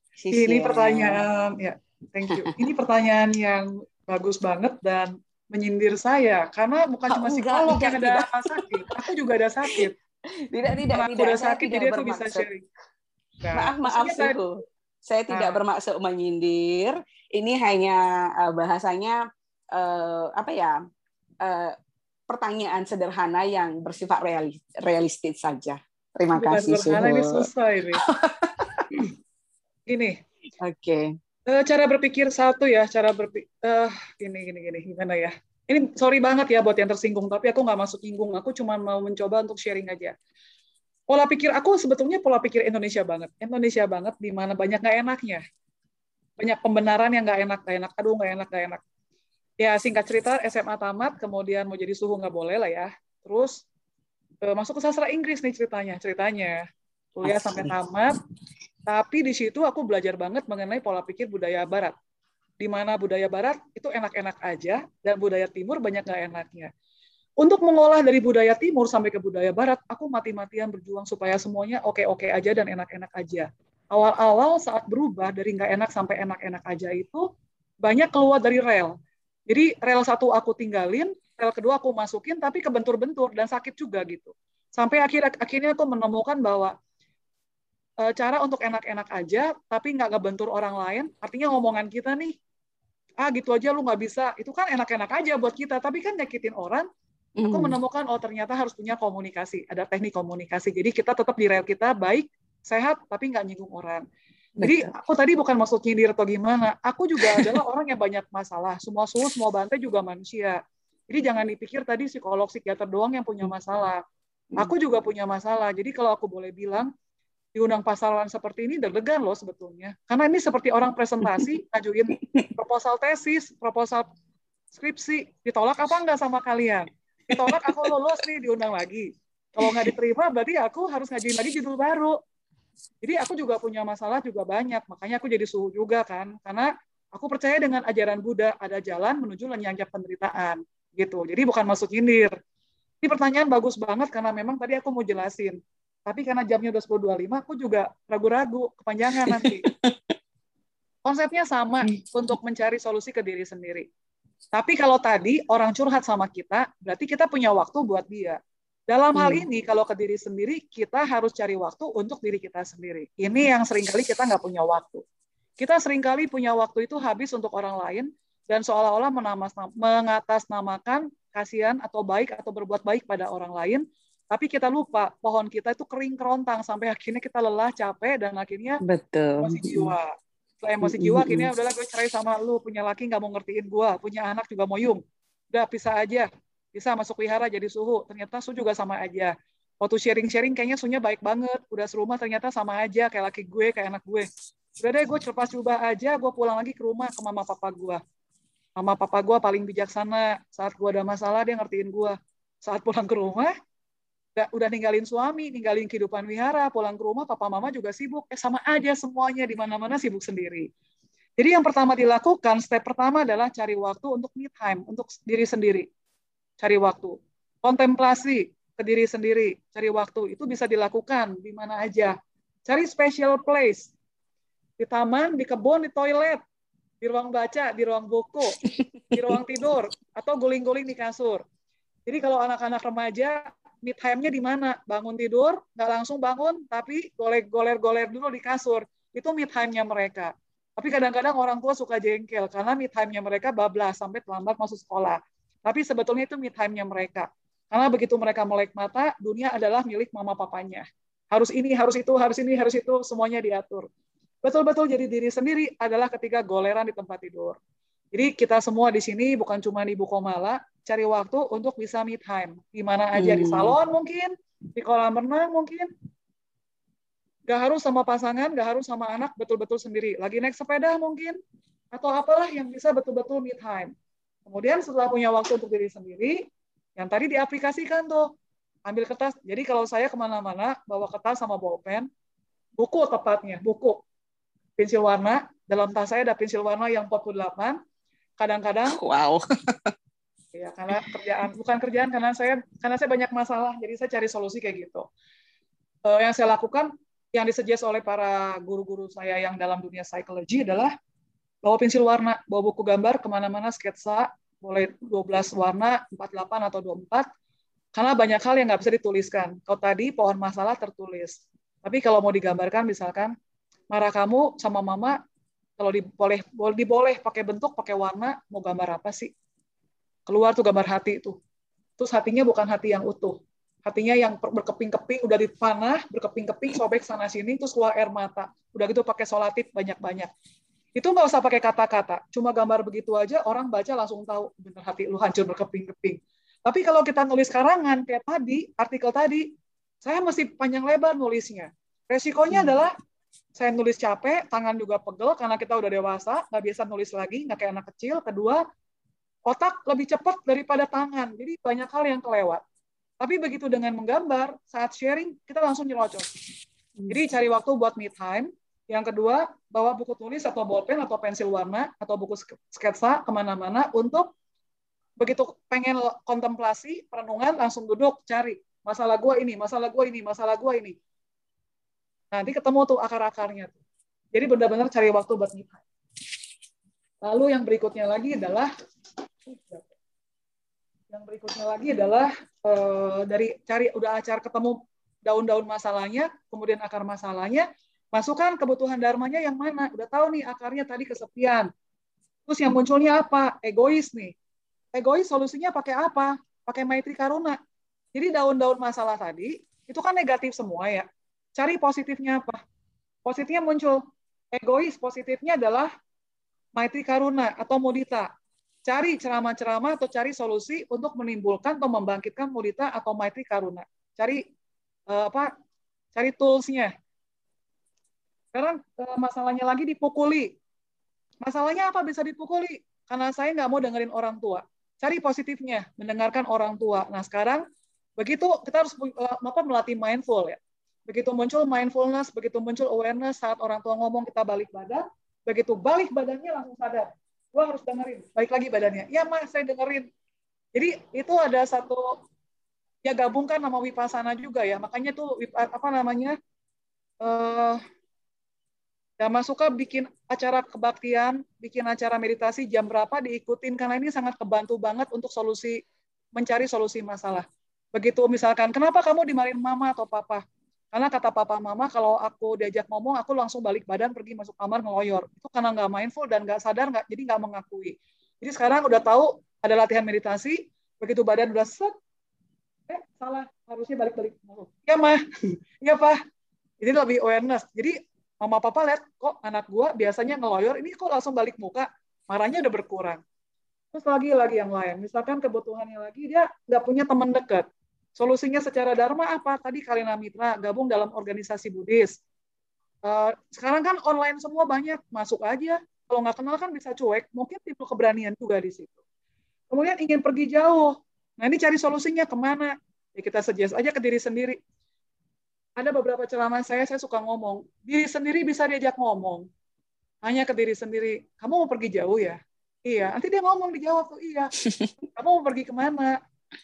[SPEAKER 1] Ini pertanyaan, ya, thank you. Ini pertanyaan yang bagus banget dan menyindir saya karena bukan cuma psikolog yang ada tidak. sakit, aku juga ada sakit.
[SPEAKER 3] Tidak, tidak,
[SPEAKER 1] Karena
[SPEAKER 3] tidak.
[SPEAKER 1] Aku udah sakit, jadi aku bisa sharing.
[SPEAKER 3] Nah, maaf, maaf, Suhu. Saya tidak nah. bermaksud menyindir. Ini hanya uh, bahasanya uh, apa ya? Uh, pertanyaan sederhana yang bersifat realis, realistis saja. Terima
[SPEAKER 1] Bukan
[SPEAKER 3] kasih, Suhu.
[SPEAKER 1] Ini susah ini. Gini.
[SPEAKER 3] Oke. Okay.
[SPEAKER 1] Cara berpikir satu ya, cara berpikir uh, gini gini gini gimana ya? Ini sorry banget ya buat yang tersinggung, tapi aku nggak masuk nyinggung. Aku cuma mau mencoba untuk sharing aja. Pola pikir aku sebetulnya pola pikir Indonesia banget, Indonesia banget di mana banyak nggak enaknya, banyak pembenaran yang nggak enak, nggak enak, aduh nggak enak, nggak enak. Ya singkat cerita S M A tamat, kemudian mau jadi Suhu nggak boleh lah ya. Terus masuk ke sastra Inggris nih ceritanya, ceritanya. Kuliah sampai tamat, tapi di situ aku belajar banget mengenai pola pikir budaya Barat. Di mana budaya Barat itu enak-enak aja, dan budaya Timur banyak nggak enaknya. Untuk mengolah dari budaya Timur sampai ke budaya Barat, aku mati-matian berjuang supaya semuanya oke-oke aja dan enak-enak aja. Awal-awal saat berubah dari nggak enak sampai enak-enak aja itu, banyak keluar dari rel. Jadi rel satu aku tinggalin, rel kedua aku masukin, tapi kebentur-bentur dan sakit juga gitu. Sampai akhir akhirnya aku menemukan bahwa cara untuk enak-enak aja, tapi nggak ngebentur orang lain, artinya ngomongan kita nih, ah gitu aja lu nggak bisa, itu kan enak-enak aja buat kita, tapi kan nyakitin orang. Aku menemukan, oh ternyata harus punya komunikasi, ada teknik komunikasi. Jadi kita tetap di rel kita baik, sehat, tapi nggak nyinggung orang. Jadi aku tadi bukan maksud nyindir atau gimana, aku juga adalah orang yang banyak masalah, semua suhu, semua bantai juga manusia. Jadi jangan dipikir tadi psikolog, psikiater doang yang punya masalah. Aku juga punya masalah, jadi kalau aku boleh bilang, diundang pasaran seperti ini deg-degan loh sebetulnya. Karena ini seperti orang presentasi, ngajuin proposal tesis, proposal skripsi, ditolak apa enggak sama kalian? Ditolak, aku lulus nih, diundang lagi. Kalau nggak diterima, berarti aku harus ngajuin lagi judul baru. Jadi aku juga punya masalah juga banyak, makanya aku jadi suhu juga kan. Karena aku percaya dengan ajaran Buddha, ada jalan menuju lenyapnya penderitaan. Gitu. Jadi bukan maksud nyindir. Ini pertanyaan bagus banget, karena memang tadi aku mau jelasin. Tapi karena jamnya udah sepuluh dua puluh lima, aku juga ragu-ragu, kepanjangan nanti. Konsepnya sama, untuk mencari solusi ke diri sendiri. Tapi kalau tadi orang curhat sama kita, berarti kita punya waktu buat dia. Dalam hal ini, kalau ke diri sendiri, kita harus cari waktu untuk diri kita sendiri. Ini yang seringkali kita nggak punya waktu. Kita seringkali punya waktu itu habis untuk orang lain, dan seolah-olah mengatasnamakan kasihan atau baik atau berbuat baik pada orang lain, tapi kita lupa pohon kita itu kering kerontang sampai akhirnya kita lelah, capek, dan akhirnya
[SPEAKER 3] betul.
[SPEAKER 1] Emosi jiwa. Setelah emosi jiwa, akhirnya udahlah gue cerai sama lu, punya laki nggak mau ngertiin gue, punya anak juga mau yung, udah pisah aja, bisa masuk wihara jadi suhu, ternyata su juga sama aja. Waktu sharing-sharing kayaknya sunya baik banget, udah serumah ternyata sama aja kayak laki gue, kayak anak gue. Udah deh gue lepas jubah aja, gue pulang lagi ke rumah ke mama papa gue. Mama papa gue paling bijaksana, saat gue ada masalah dia ngertiin gue. Saat pulang ke rumah, udah ninggalin suami, ninggalin kehidupan wihara, pulang ke rumah, papa mama juga sibuk. Eh sama aja semuanya, di mana-mana sibuk sendiri. Jadi yang pertama dilakukan, step pertama adalah cari waktu untuk me time, untuk diri sendiri. Cari waktu. Kontemplasi ke diri sendiri, cari waktu. Itu bisa dilakukan di mana aja. Cari special place. Di taman, di kebun, di toilet, di ruang baca, di ruang buku, di ruang tidur, atau guling-guling di kasur. Jadi kalau anak-anak remaja, me time-nya di mana? Bangun tidur, nggak langsung bangun, tapi goler-goler dulu di kasur. Itu me time-nya mereka. Tapi kadang-kadang orang tua suka jengkel, karena me time-nya mereka bablas, sampai terlambat masuk sekolah. Tapi sebetulnya itu me time-nya mereka. Karena begitu mereka melek mata, dunia adalah milik mama papanya. Harus ini, harus itu, harus ini, harus itu, semuanya diatur. Betul-betul jadi diri sendiri adalah ketika goleran di tempat tidur. Jadi kita semua di sini, bukan cuma di Ibu Komala, cari waktu untuk bisa me time. Di mana aja, di salon mungkin, di kolam renang mungkin. Gak harus sama pasangan, gak harus sama anak, betul-betul sendiri. Lagi naik sepeda mungkin, atau apalah yang bisa betul-betul me time. Kemudian setelah punya waktu untuk diri sendiri, yang tadi diaplikasikan tuh, ambil kertas. Jadi kalau saya kemana-mana, bawa kertas sama bolpen, buku tepatnya, buku. Pensil warna, dalam tas saya ada pensil warna yang empat puluh delapan, kadang-kadang
[SPEAKER 3] wow.
[SPEAKER 1] Ya, karena kerjaan, bukan kerjaan, karena saya karena saya banyak masalah, jadi saya cari solusi kayak gitu. Uh, yang saya lakukan, yang disuggest oleh para guru-guru saya yang dalam dunia psikologi adalah bawa pensil warna, bawa buku gambar kemana-mana, sketsa, boleh dua belas warna, empat puluh delapan atau dua puluh empat, karena banyak hal yang nggak bisa dituliskan. Kalau tadi pohon masalah tertulis, tapi kalau mau digambarkan, misalkan marah kamu sama mama, kalau diboleh diboleh pakai bentuk, pakai warna, mau gambar apa sih? Keluar tuh gambar hati itu. Terus hatinya bukan hati yang utuh. Hatinya yang berkeping-keping, udah dipanah, berkeping-keping, sobek sana-sini, terus keluar air mata. Udah gitu pakai solatif banyak-banyak. Itu nggak usah pakai kata-kata. Cuma gambar begitu aja, orang baca langsung tahu, bener hati lu hancur berkeping-keping. Tapi kalau kita nulis karangan, kayak tadi, artikel tadi, saya mesti panjang lebar nulisnya. Resikonya hmm. adalah, saya nulis capek, tangan juga pegel, karena kita udah dewasa, nggak biasa nulis lagi, nggak kayak anak kecil. Kedua, otak lebih cepat daripada tangan, jadi banyak hal yang kelewat. Tapi begitu dengan menggambar, saat sharing, kita langsung nyerocos. Jadi cari waktu buat me time. Yang kedua, bawa buku tulis atau bolpen atau pensil warna atau buku sketsa kemana-mana untuk begitu pengen kontemplasi, perenungan, langsung duduk, cari. Masalah gue ini, masalah gue ini, masalah gue ini. Nanti ketemu tuh akar-akarnya. Jadi benar-benar cari waktu buat me time. Lalu yang berikutnya lagi adalah yang berikutnya lagi adalah uh, dari cari udah acar ketemu daun-daun masalahnya, kemudian akar masalahnya, masukkan kebutuhan dharmanya yang mana? Udah tahu nih akarnya tadi kesepian. Terus yang munculnya apa? Egois nih. Egois solusinya pakai apa? Pakai maitri karuna. Jadi daun-daun masalah tadi itu kan negatif semua ya. Cari positifnya apa? Positifnya muncul. Egois positifnya adalah maitri karuna atau mudita. Cari ceramah-ceramah atau cari solusi untuk menimbulkan atau membangkitkan mudita atau maitri karuna. Cari uh, apa? Cari tools-nya. Sekarang uh, masalahnya lagi dipukuli. Masalahnya apa bisa dipukuli? Karena saya nggak mau dengerin orang tua. Cari positifnya, mendengarkan orang tua. Nah sekarang begitu kita harus uh, apa melatih mindful ya. Begitu muncul mindfulness, begitu muncul awareness saat orang tua ngomong kita balik badan, begitu balik badannya langsung sadar. Gue harus dengerin, balik lagi badannya. Ya mas, saya dengerin. Jadi itu ada satu ya gabungkan sama Vipassana juga ya. Makanya tuh apa namanya? Uh, Dhamma Suka bikin acara kebaktian, bikin acara meditasi jam berapa diikutin karena ini sangat kebantu banget untuk solusi mencari solusi masalah. Begitu misalkan, kenapa kamu dimarahin mama atau papa? Karena kata papa mama kalau aku diajak ngomong, aku langsung balik badan pergi masuk kamar ngeloyor. Itu karena nggak mindful dan nggak sadar, nggak jadi nggak mengakui. Jadi sekarang udah tahu ada latihan meditasi, begitu badan udah set, eh salah harusnya balik-balik. Ya mah, ya pak. Jadi lebih awareness. Jadi mama papa lihat kok anak gua biasanya ngeloyor, ini kok langsung balik muka, marahnya udah berkurang. Terus lagi lagi yang lain, misalkan kebutuhannya lagi dia nggak punya teman dekat. Solusinya secara dharma apa? Tadi Kalina Mitra gabung dalam organisasi Buddhis. Uh, sekarang kan online semua banyak, masuk aja. Kalau nggak kenal kan bisa cuek, mungkin timbul keberanian juga di situ. Kemudian ingin pergi jauh. Nah ini cari solusinya kemana? Ya kita suggest aja ke diri sendiri. Ada beberapa ceramah saya, saya suka ngomong. Diri sendiri bisa diajak ngomong. Hanya ke diri sendiri. Kamu mau pergi jauh ya? Iya. Nanti dia ngomong, dijawab tuh, iya. Kamu mau pergi kemana?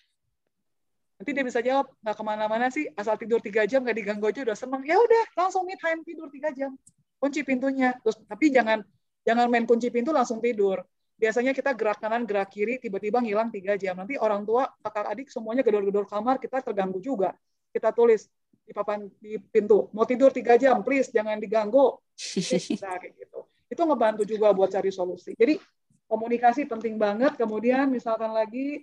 [SPEAKER 1] Nanti dia bisa jawab, nggak kemana-mana sih, asal tidur tiga jam, nggak diganggu aja udah seneng. Ya udah, langsung me time, tidur tiga jam. Kunci pintunya. Terus, tapi jangan jangan main kunci pintu langsung tidur. Biasanya kita gerak kanan, gerak kiri, tiba-tiba ngilang tiga jam. Nanti orang tua, kakak adik, semuanya gedor-gedor kamar, kita terganggu juga. Kita tulis di papan di pintu, mau tidur tiga jam, please, jangan diganggu. Nah, kayak gitu. Itu ngebantu juga buat cari solusi. Jadi, komunikasi penting banget. Kemudian, misalkan lagi,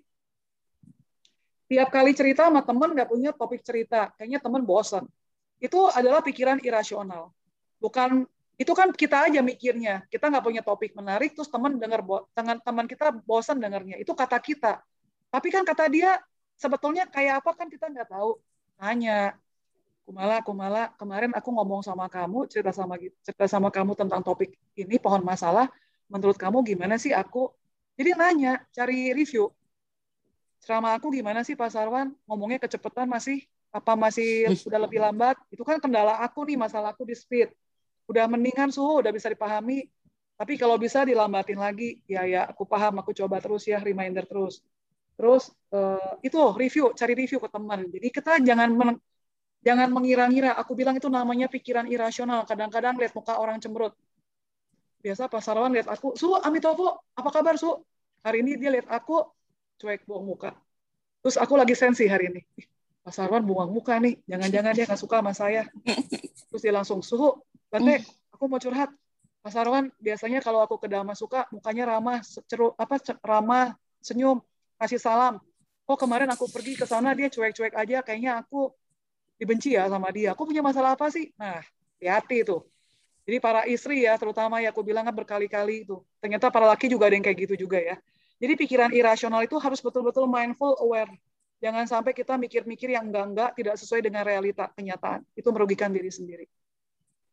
[SPEAKER 1] tiap kali cerita sama teman nggak punya topik cerita, kayaknya teman bosan. Itu adalah pikiran irasional. Bukan, itu kan kita aja mikirnya. Kita nggak punya topik menarik, terus teman dengar, teman kita bosan dengarnya. Itu kata kita. Tapi kan kata dia sebetulnya kayak apa kan kita nggak tahu. Tanya, Kumala, Kumala, kemarin aku ngomong sama kamu, cerita sama cerita sama kamu tentang topik ini, pohon masalah. Menurut kamu gimana sih aku? Jadi nanya, cari review. Ceramah aku gimana sih Pak Sarwan? Ngomongnya kecepatan masih? Apa masih udah lebih lambat? Itu kan kendala aku nih, masalah aku di speed. Udah mendingan suhu, udah bisa dipahami. Tapi kalau bisa dilambatin lagi, ya ya aku paham, aku coba terus ya, reminder terus. Terus uh, itu review, cari review ke teman. Jadi kita jangan men jangan mengira-ngira. Aku bilang itu namanya pikiran irasional. Kadang-kadang lihat muka orang cemberut. Biasa Pak Sarwan lihat aku, Su, Amitovo, apa kabar Su? Hari ini dia lihat aku, cuek buang muka. Terus aku lagi sensi hari ini. Pak Sarwan buang muka nih. Jangan-jangan dia nggak suka sama saya. Terus dia langsung, Suhu, Bante, aku mau curhat. Pak Sarwan biasanya kalau aku ke Dhamma Suka, mukanya ramah, ceru, apa ramah, senyum, kasih salam. Oh kemarin aku pergi ke sana dia cuek-cuek aja. Kayaknya aku dibenci ya sama dia. Aku punya masalah apa sih? Nah, hati-hati tuh. Jadi para istri ya, terutama ya aku bilang kan berkali-kali itu. Ternyata para laki juga ada yang kayak gitu juga ya. Jadi pikiran irasional itu harus betul-betul mindful, aware. Jangan sampai kita mikir-mikir yang enggak-enggak, tidak sesuai dengan realita, kenyataan. Itu merugikan diri sendiri.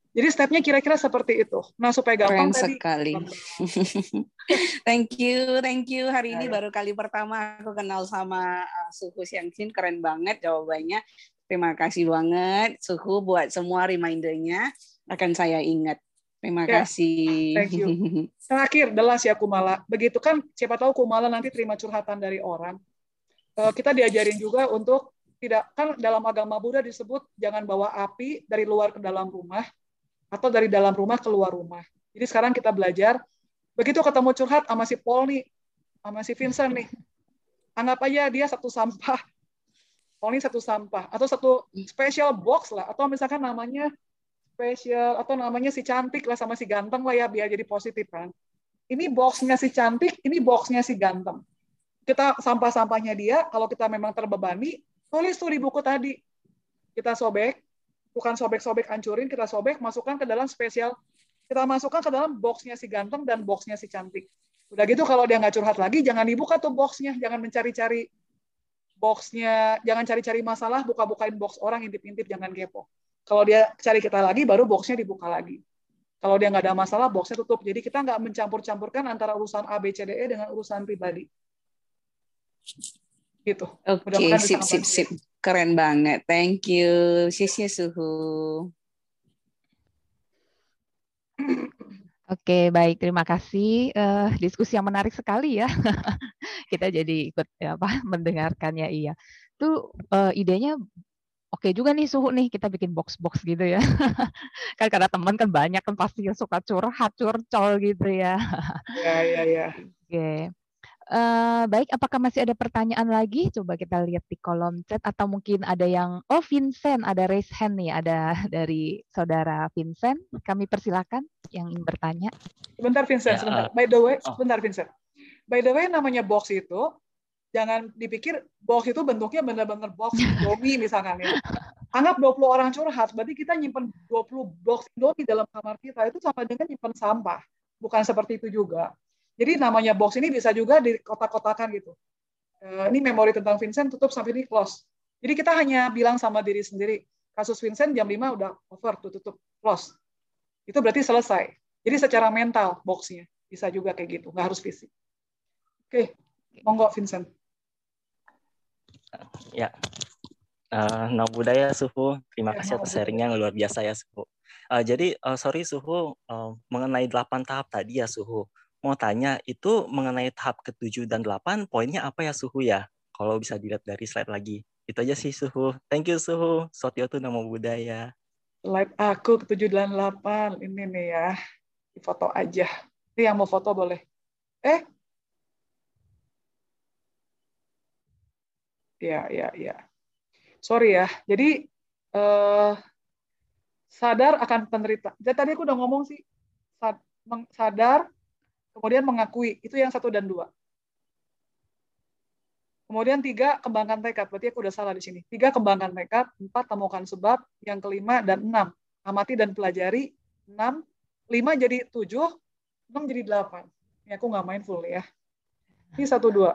[SPEAKER 1] Jadi stepnya kira-kira seperti itu. Nah, supaya gampang
[SPEAKER 3] Keren
[SPEAKER 1] tadi.
[SPEAKER 3] sekali. Thank you, thank you. Hari ini
[SPEAKER 1] Ya, ya.
[SPEAKER 3] baru kali pertama aku kenal sama uh, Suhu Xiangxin, keren banget jawabannya. Terima kasih banget Suhu buat semua reminder-nya, akan saya ingat. Terima
[SPEAKER 1] Ya,
[SPEAKER 3] kasih.
[SPEAKER 1] thank you. Terakhir, delas ya Kumala. Begitu kan, siapa tahu Kumala nanti terima curhatan dari orang. Uh, kita diajarin juga untuk tidak, kan dalam agama Buddha disebut jangan bawa api dari luar ke dalam rumah atau dari dalam rumah keluar rumah. Jadi sekarang kita belajar, begitu ketemu curhat sama si Paul nih, sama si Vincent nih, anggap aja dia satu sampah, Paul ini satu sampah, atau satu special box lah, atau misalkan namanya special, atau namanya si cantik lah sama si ganteng lah ya, biar jadi positif kan. Ini boxnya si cantik, ini boxnya si ganteng. Kita sampah-sampahnya dia, kalau kita memang terbebani, tulis tuh di buku tadi. Kita sobek, bukan sobek-sobek hancurin, kita sobek, masukkan ke dalam spesial, kita masukkan ke dalam boxnya si ganteng dan boxnya si cantik. Udah gitu kalau dia nggak curhat lagi, jangan dibuka tuh boxnya, jangan mencari-cari boxnya, jangan cari-cari masalah, buka-bukain box orang, intip-intip, jangan kepo. Kalau dia cari kita lagi, baru boxnya dibuka lagi. Kalau dia nggak ada masalah, boxnya tutup. Jadi kita nggak mencampur-campurkan antara urusan A, B, C, D, E dengan urusan pribadi. Gitu.
[SPEAKER 3] Oke, okay, sip, sip, sip. Keren banget. Thank you. Sisi Suhu.
[SPEAKER 2] Oke, baik. Terima kasih. Uh, diskusi yang menarik sekali ya. Kita jadi ikut ya, apa mendengarkannya. Iya. Itu uh, idenya oke juga nih Suhu nih. Kita bikin box-box gitu ya. Kan karena teman kan banyak kan pasti suka curhat, curcol gitu ya.
[SPEAKER 1] Ya, ya, ya.
[SPEAKER 2] Oke. Uh, baik, apakah masih ada pertanyaan lagi? Coba kita lihat di kolom chat atau mungkin ada yang, oh Vincent, ada raise hand nih, ada dari saudara Vincent. Kami persilakan yang ingin bertanya.
[SPEAKER 1] Sebentar Vincent, ya, sebentar. Uh, By the way, oh. sebentar Vincent. By the way, namanya box itu, jangan dipikir box itu bentuknya benar-benar box Indomie misalkan ya. Anggap dua puluh orang curhat, berarti kita nyimpen dua puluh box Indomie dalam kamar kita, itu sama dengan nyimpen sampah. Bukan seperti itu juga. Jadi namanya box ini bisa juga di kotak-kotakan gitu. Uh, ini memori tentang Vincent tutup sampai ini close. Jadi kita hanya bilang sama diri sendiri, kasus Vincent jam lima udah over, tuh tutup, close. Itu berarti selesai. Jadi secara mental boxnya bisa juga kayak gitu, nggak harus fisik. Oke, monggo Vincent.
[SPEAKER 4] Ya, uh, Namo Buddhaya Suhu. Terima ya, kasih atas sharingnya yang luar biasa ya Suhu. Uh, jadi uh, sorry Suhu, uh, mengenai delapan tahap tadi ya Suhu. Mau tanya, itu mengenai tahap ketujuh dan delapan, poinnya apa ya Suhu ya? Kalau bisa dilihat dari slide lagi. Itu aja sih Suhu. Thank you Suhu. Sotiotu Namo Buddhaya.
[SPEAKER 1] Slide aku ketujuh dan delapan. Ini nih ya. Di foto aja. Ini yang mau foto boleh. Eh? Ya, ya, ya. Sorry ya. Jadi, eh, sadar akan penderitaan. Jadi tadi aku udah ngomong sih. Sadar, kemudian mengakui, itu yang satu dan dua. Kemudian tiga, kembangkan tekad. Berarti aku udah salah di sini. Tiga, kembangkan tekad. Empat, temukan sebab. Yang kelima dan enam, amati dan pelajari. Enam, lima jadi tujuh, enam jadi delapan. Ini aku nggak main full ya. Ini satu, dua.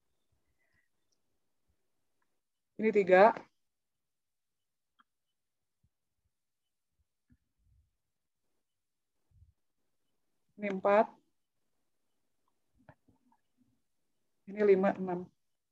[SPEAKER 1] Ini tiga. Ini empat. Ini lima, enam.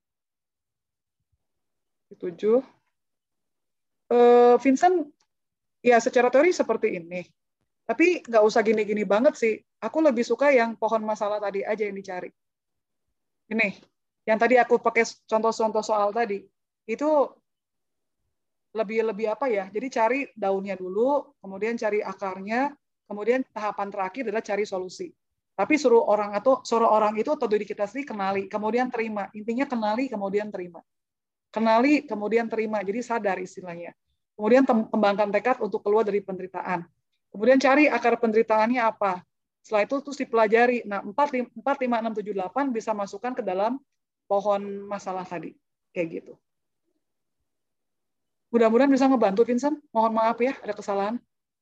[SPEAKER 1] Ini tujuh. Uh, Vincent, ya secara teori seperti ini. Tapi nggak usah gini-gini banget sih. Aku lebih suka yang pohon masalah tadi aja yang dicari. Ini, yang tadi aku pakai contoh-contoh soal tadi. Itu lebih-lebih apa ya? Jadi cari daunnya dulu, kemudian cari akarnya, kemudian tahapan terakhir adalah cari solusi. Tapi suruh orang atau suruh orang itu atau diri kita sendiri kenali, kemudian terima. Intinya kenali, kemudian terima. Kenali, kemudian terima. Jadi sadar istilahnya. Kemudian kembangkan tekad untuk keluar dari penderitaan. Kemudian cari akar penderitaannya apa. Setelah itu terus dipelajari. Nah, empat, lima, enam, tujuh, delapan bisa masukkan ke dalam pohon masalah tadi. Kayak gitu. Mudah-mudahan bisa ngebantu, Vincent. Mohon maaf ya, ada kesalahan.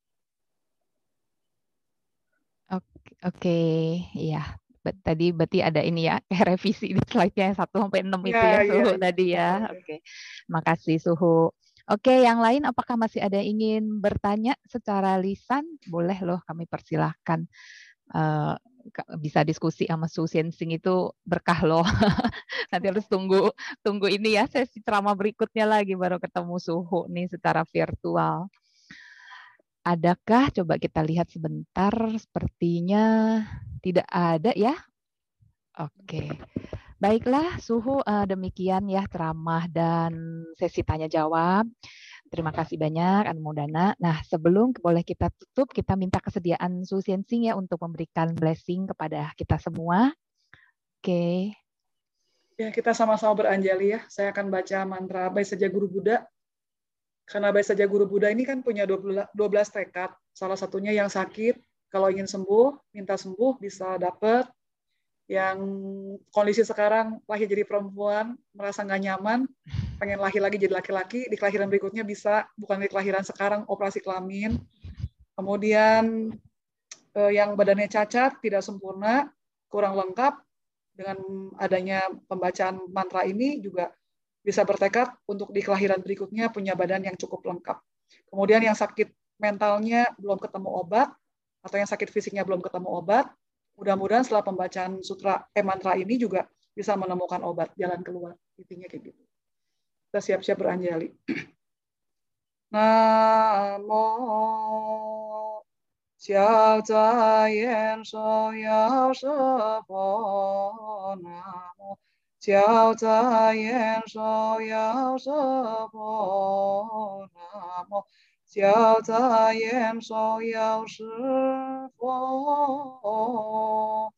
[SPEAKER 2] Oke, oke, iya. Tadi berarti ada ini ya, revisi di slide-nya satu sampai enam itu ya, Suhu ya, tadi ya. ya. Oke. Makasih Suhu. Oke, yang lain apakah masih ada yang ingin bertanya secara lisan? Boleh loh, kami persilahkan. Uh, bisa diskusi sama Su Siensing itu berkah loh. Nanti harus tunggu tunggu ini ya sesi ceramah berikutnya lagi baru ketemu Suhu nih secara virtual. Adakah? Coba kita lihat sebentar. Sepertinya tidak ada ya. Oke. Baiklah, Suhu, uh, demikian ya ceramah dan sesi tanya jawab. Terima kasih banyak, Anu Maulana. Nah, sebelum boleh kita tutup, kita minta kesediaan Su Siensing ya untuk memberikan blessing kepada kita semua. Oke.
[SPEAKER 1] Ya, kita sama-sama beranjali ya. Saya akan baca mantra Baik Saja Guru Buddha. Karena Baik Saja Guru Buddha ini kan punya dua belas tekad. Salah satunya yang sakit, kalau ingin sembuh, minta sembuh, bisa dapat. Yang kondisi sekarang lahir jadi perempuan, merasa nggak nyaman, pengen lahir lagi jadi laki-laki, di kelahiran berikutnya bisa, bukan di kelahiran sekarang, operasi kelamin. Kemudian eh, yang badannya cacat, tidak sempurna, kurang lengkap, dengan adanya pembacaan mantra ini juga bisa bertekad untuk di kelahiran berikutnya punya badan yang cukup lengkap. Kemudian yang sakit mentalnya belum ketemu obat, atau yang sakit fisiknya belum ketemu obat, mudah-mudahan setelah pembacaan sutra eh, mantra ini juga bisa menemukan obat, jalan keluar. Intinya kayak gitu. Kita siap-siap beranjali. Namo Xiao Zai Shou Yao Shi Po Namo Xiao Zai Shou Yao Shi Po Namo Xiao Zai Shou Yao Shi Po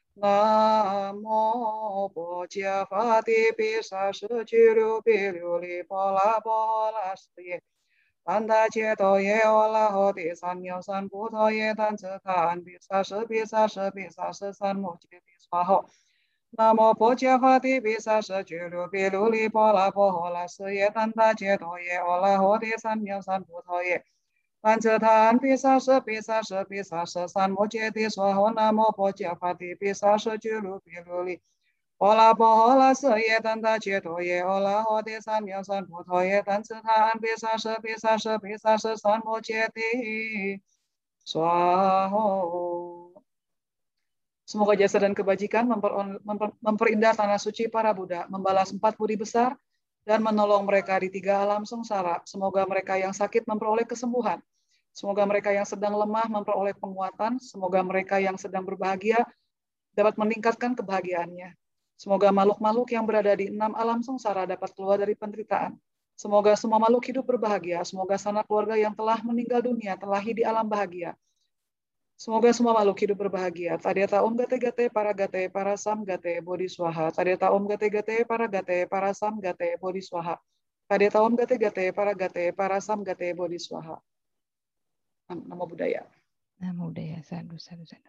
[SPEAKER 1] Namo Bo Jia Fa Di Bi Sa Shi Ju Liu Bi Liu Li Po La Po La Shi 安达切多耶欧拉吼第三藐三菩提耶单自他比萨是比萨是比萨是三摩揭谛娑吼。南无婆伽法帝比萨是俱卢比卢利波拉波诃拉是耶单达切多耶欧拉吼第三藐三菩提耶单自他比萨是比萨是比萨是三摩揭谛娑吼。南无婆伽法帝比萨是俱卢比卢利 波拉波诃拉是耶单达切多耶欧拉吼第三藐三菩提耶单自他比萨是比萨是比萨是三摩揭谛娑吼。 Semoga jasa dan kebajikan memper, memper, memperindah tanah suci para Buddha, membalas empat budi besar, dan menolong mereka di tiga alam sengsara. Semoga mereka yang sakit memperoleh kesembuhan. Semoga mereka yang sedang lemah memperoleh penguatan. Semoga mereka yang sedang berbahagia dapat meningkatkan kebahagiaannya. Semoga makhluk-makhluk yang berada di enam alam sengsara dapat keluar dari penderitaan. Semoga semua makhluk hidup berbahagia. Semoga sanak keluarga yang telah meninggal dunia terlahir di alam bahagia. Semoga semua makhluk hidup berbahagia. Tadeta Om Gate Gate para Gate para Sam Gate Bodhi Swaha. Tadeta Om Gate Gate para Gate para Sam Gate Bodhi Swaha. Tadeta Om Gate Gate para Gate para Sam Gate Bodhi Swaha. Namo Buddhaya.
[SPEAKER 2] Namo Buddhaya. Sadhu, sadhu, sadhu.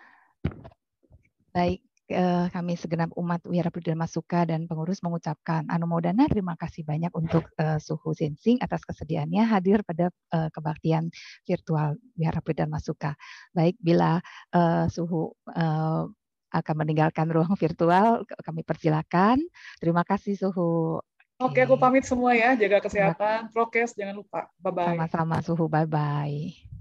[SPEAKER 2] Baik. Kami segenap umat Wihara Buddha Dharma Sukha dan pengurus mengucapkan Anu Maulana terima kasih banyak untuk uh, Suhu Siensing atas kesediaannya hadir pada uh, kebaktian virtual Wihara Buddha Dharma Sukha. Baik, bila uh, Suhu uh, akan meninggalkan ruang virtual, kami persilakan. Terima kasih Suhu.
[SPEAKER 1] Oke, aku pamit semua ya, jaga kesehatan, prokes, jangan lupa. Bye-bye.
[SPEAKER 2] Sama-sama Suhu, bye-bye.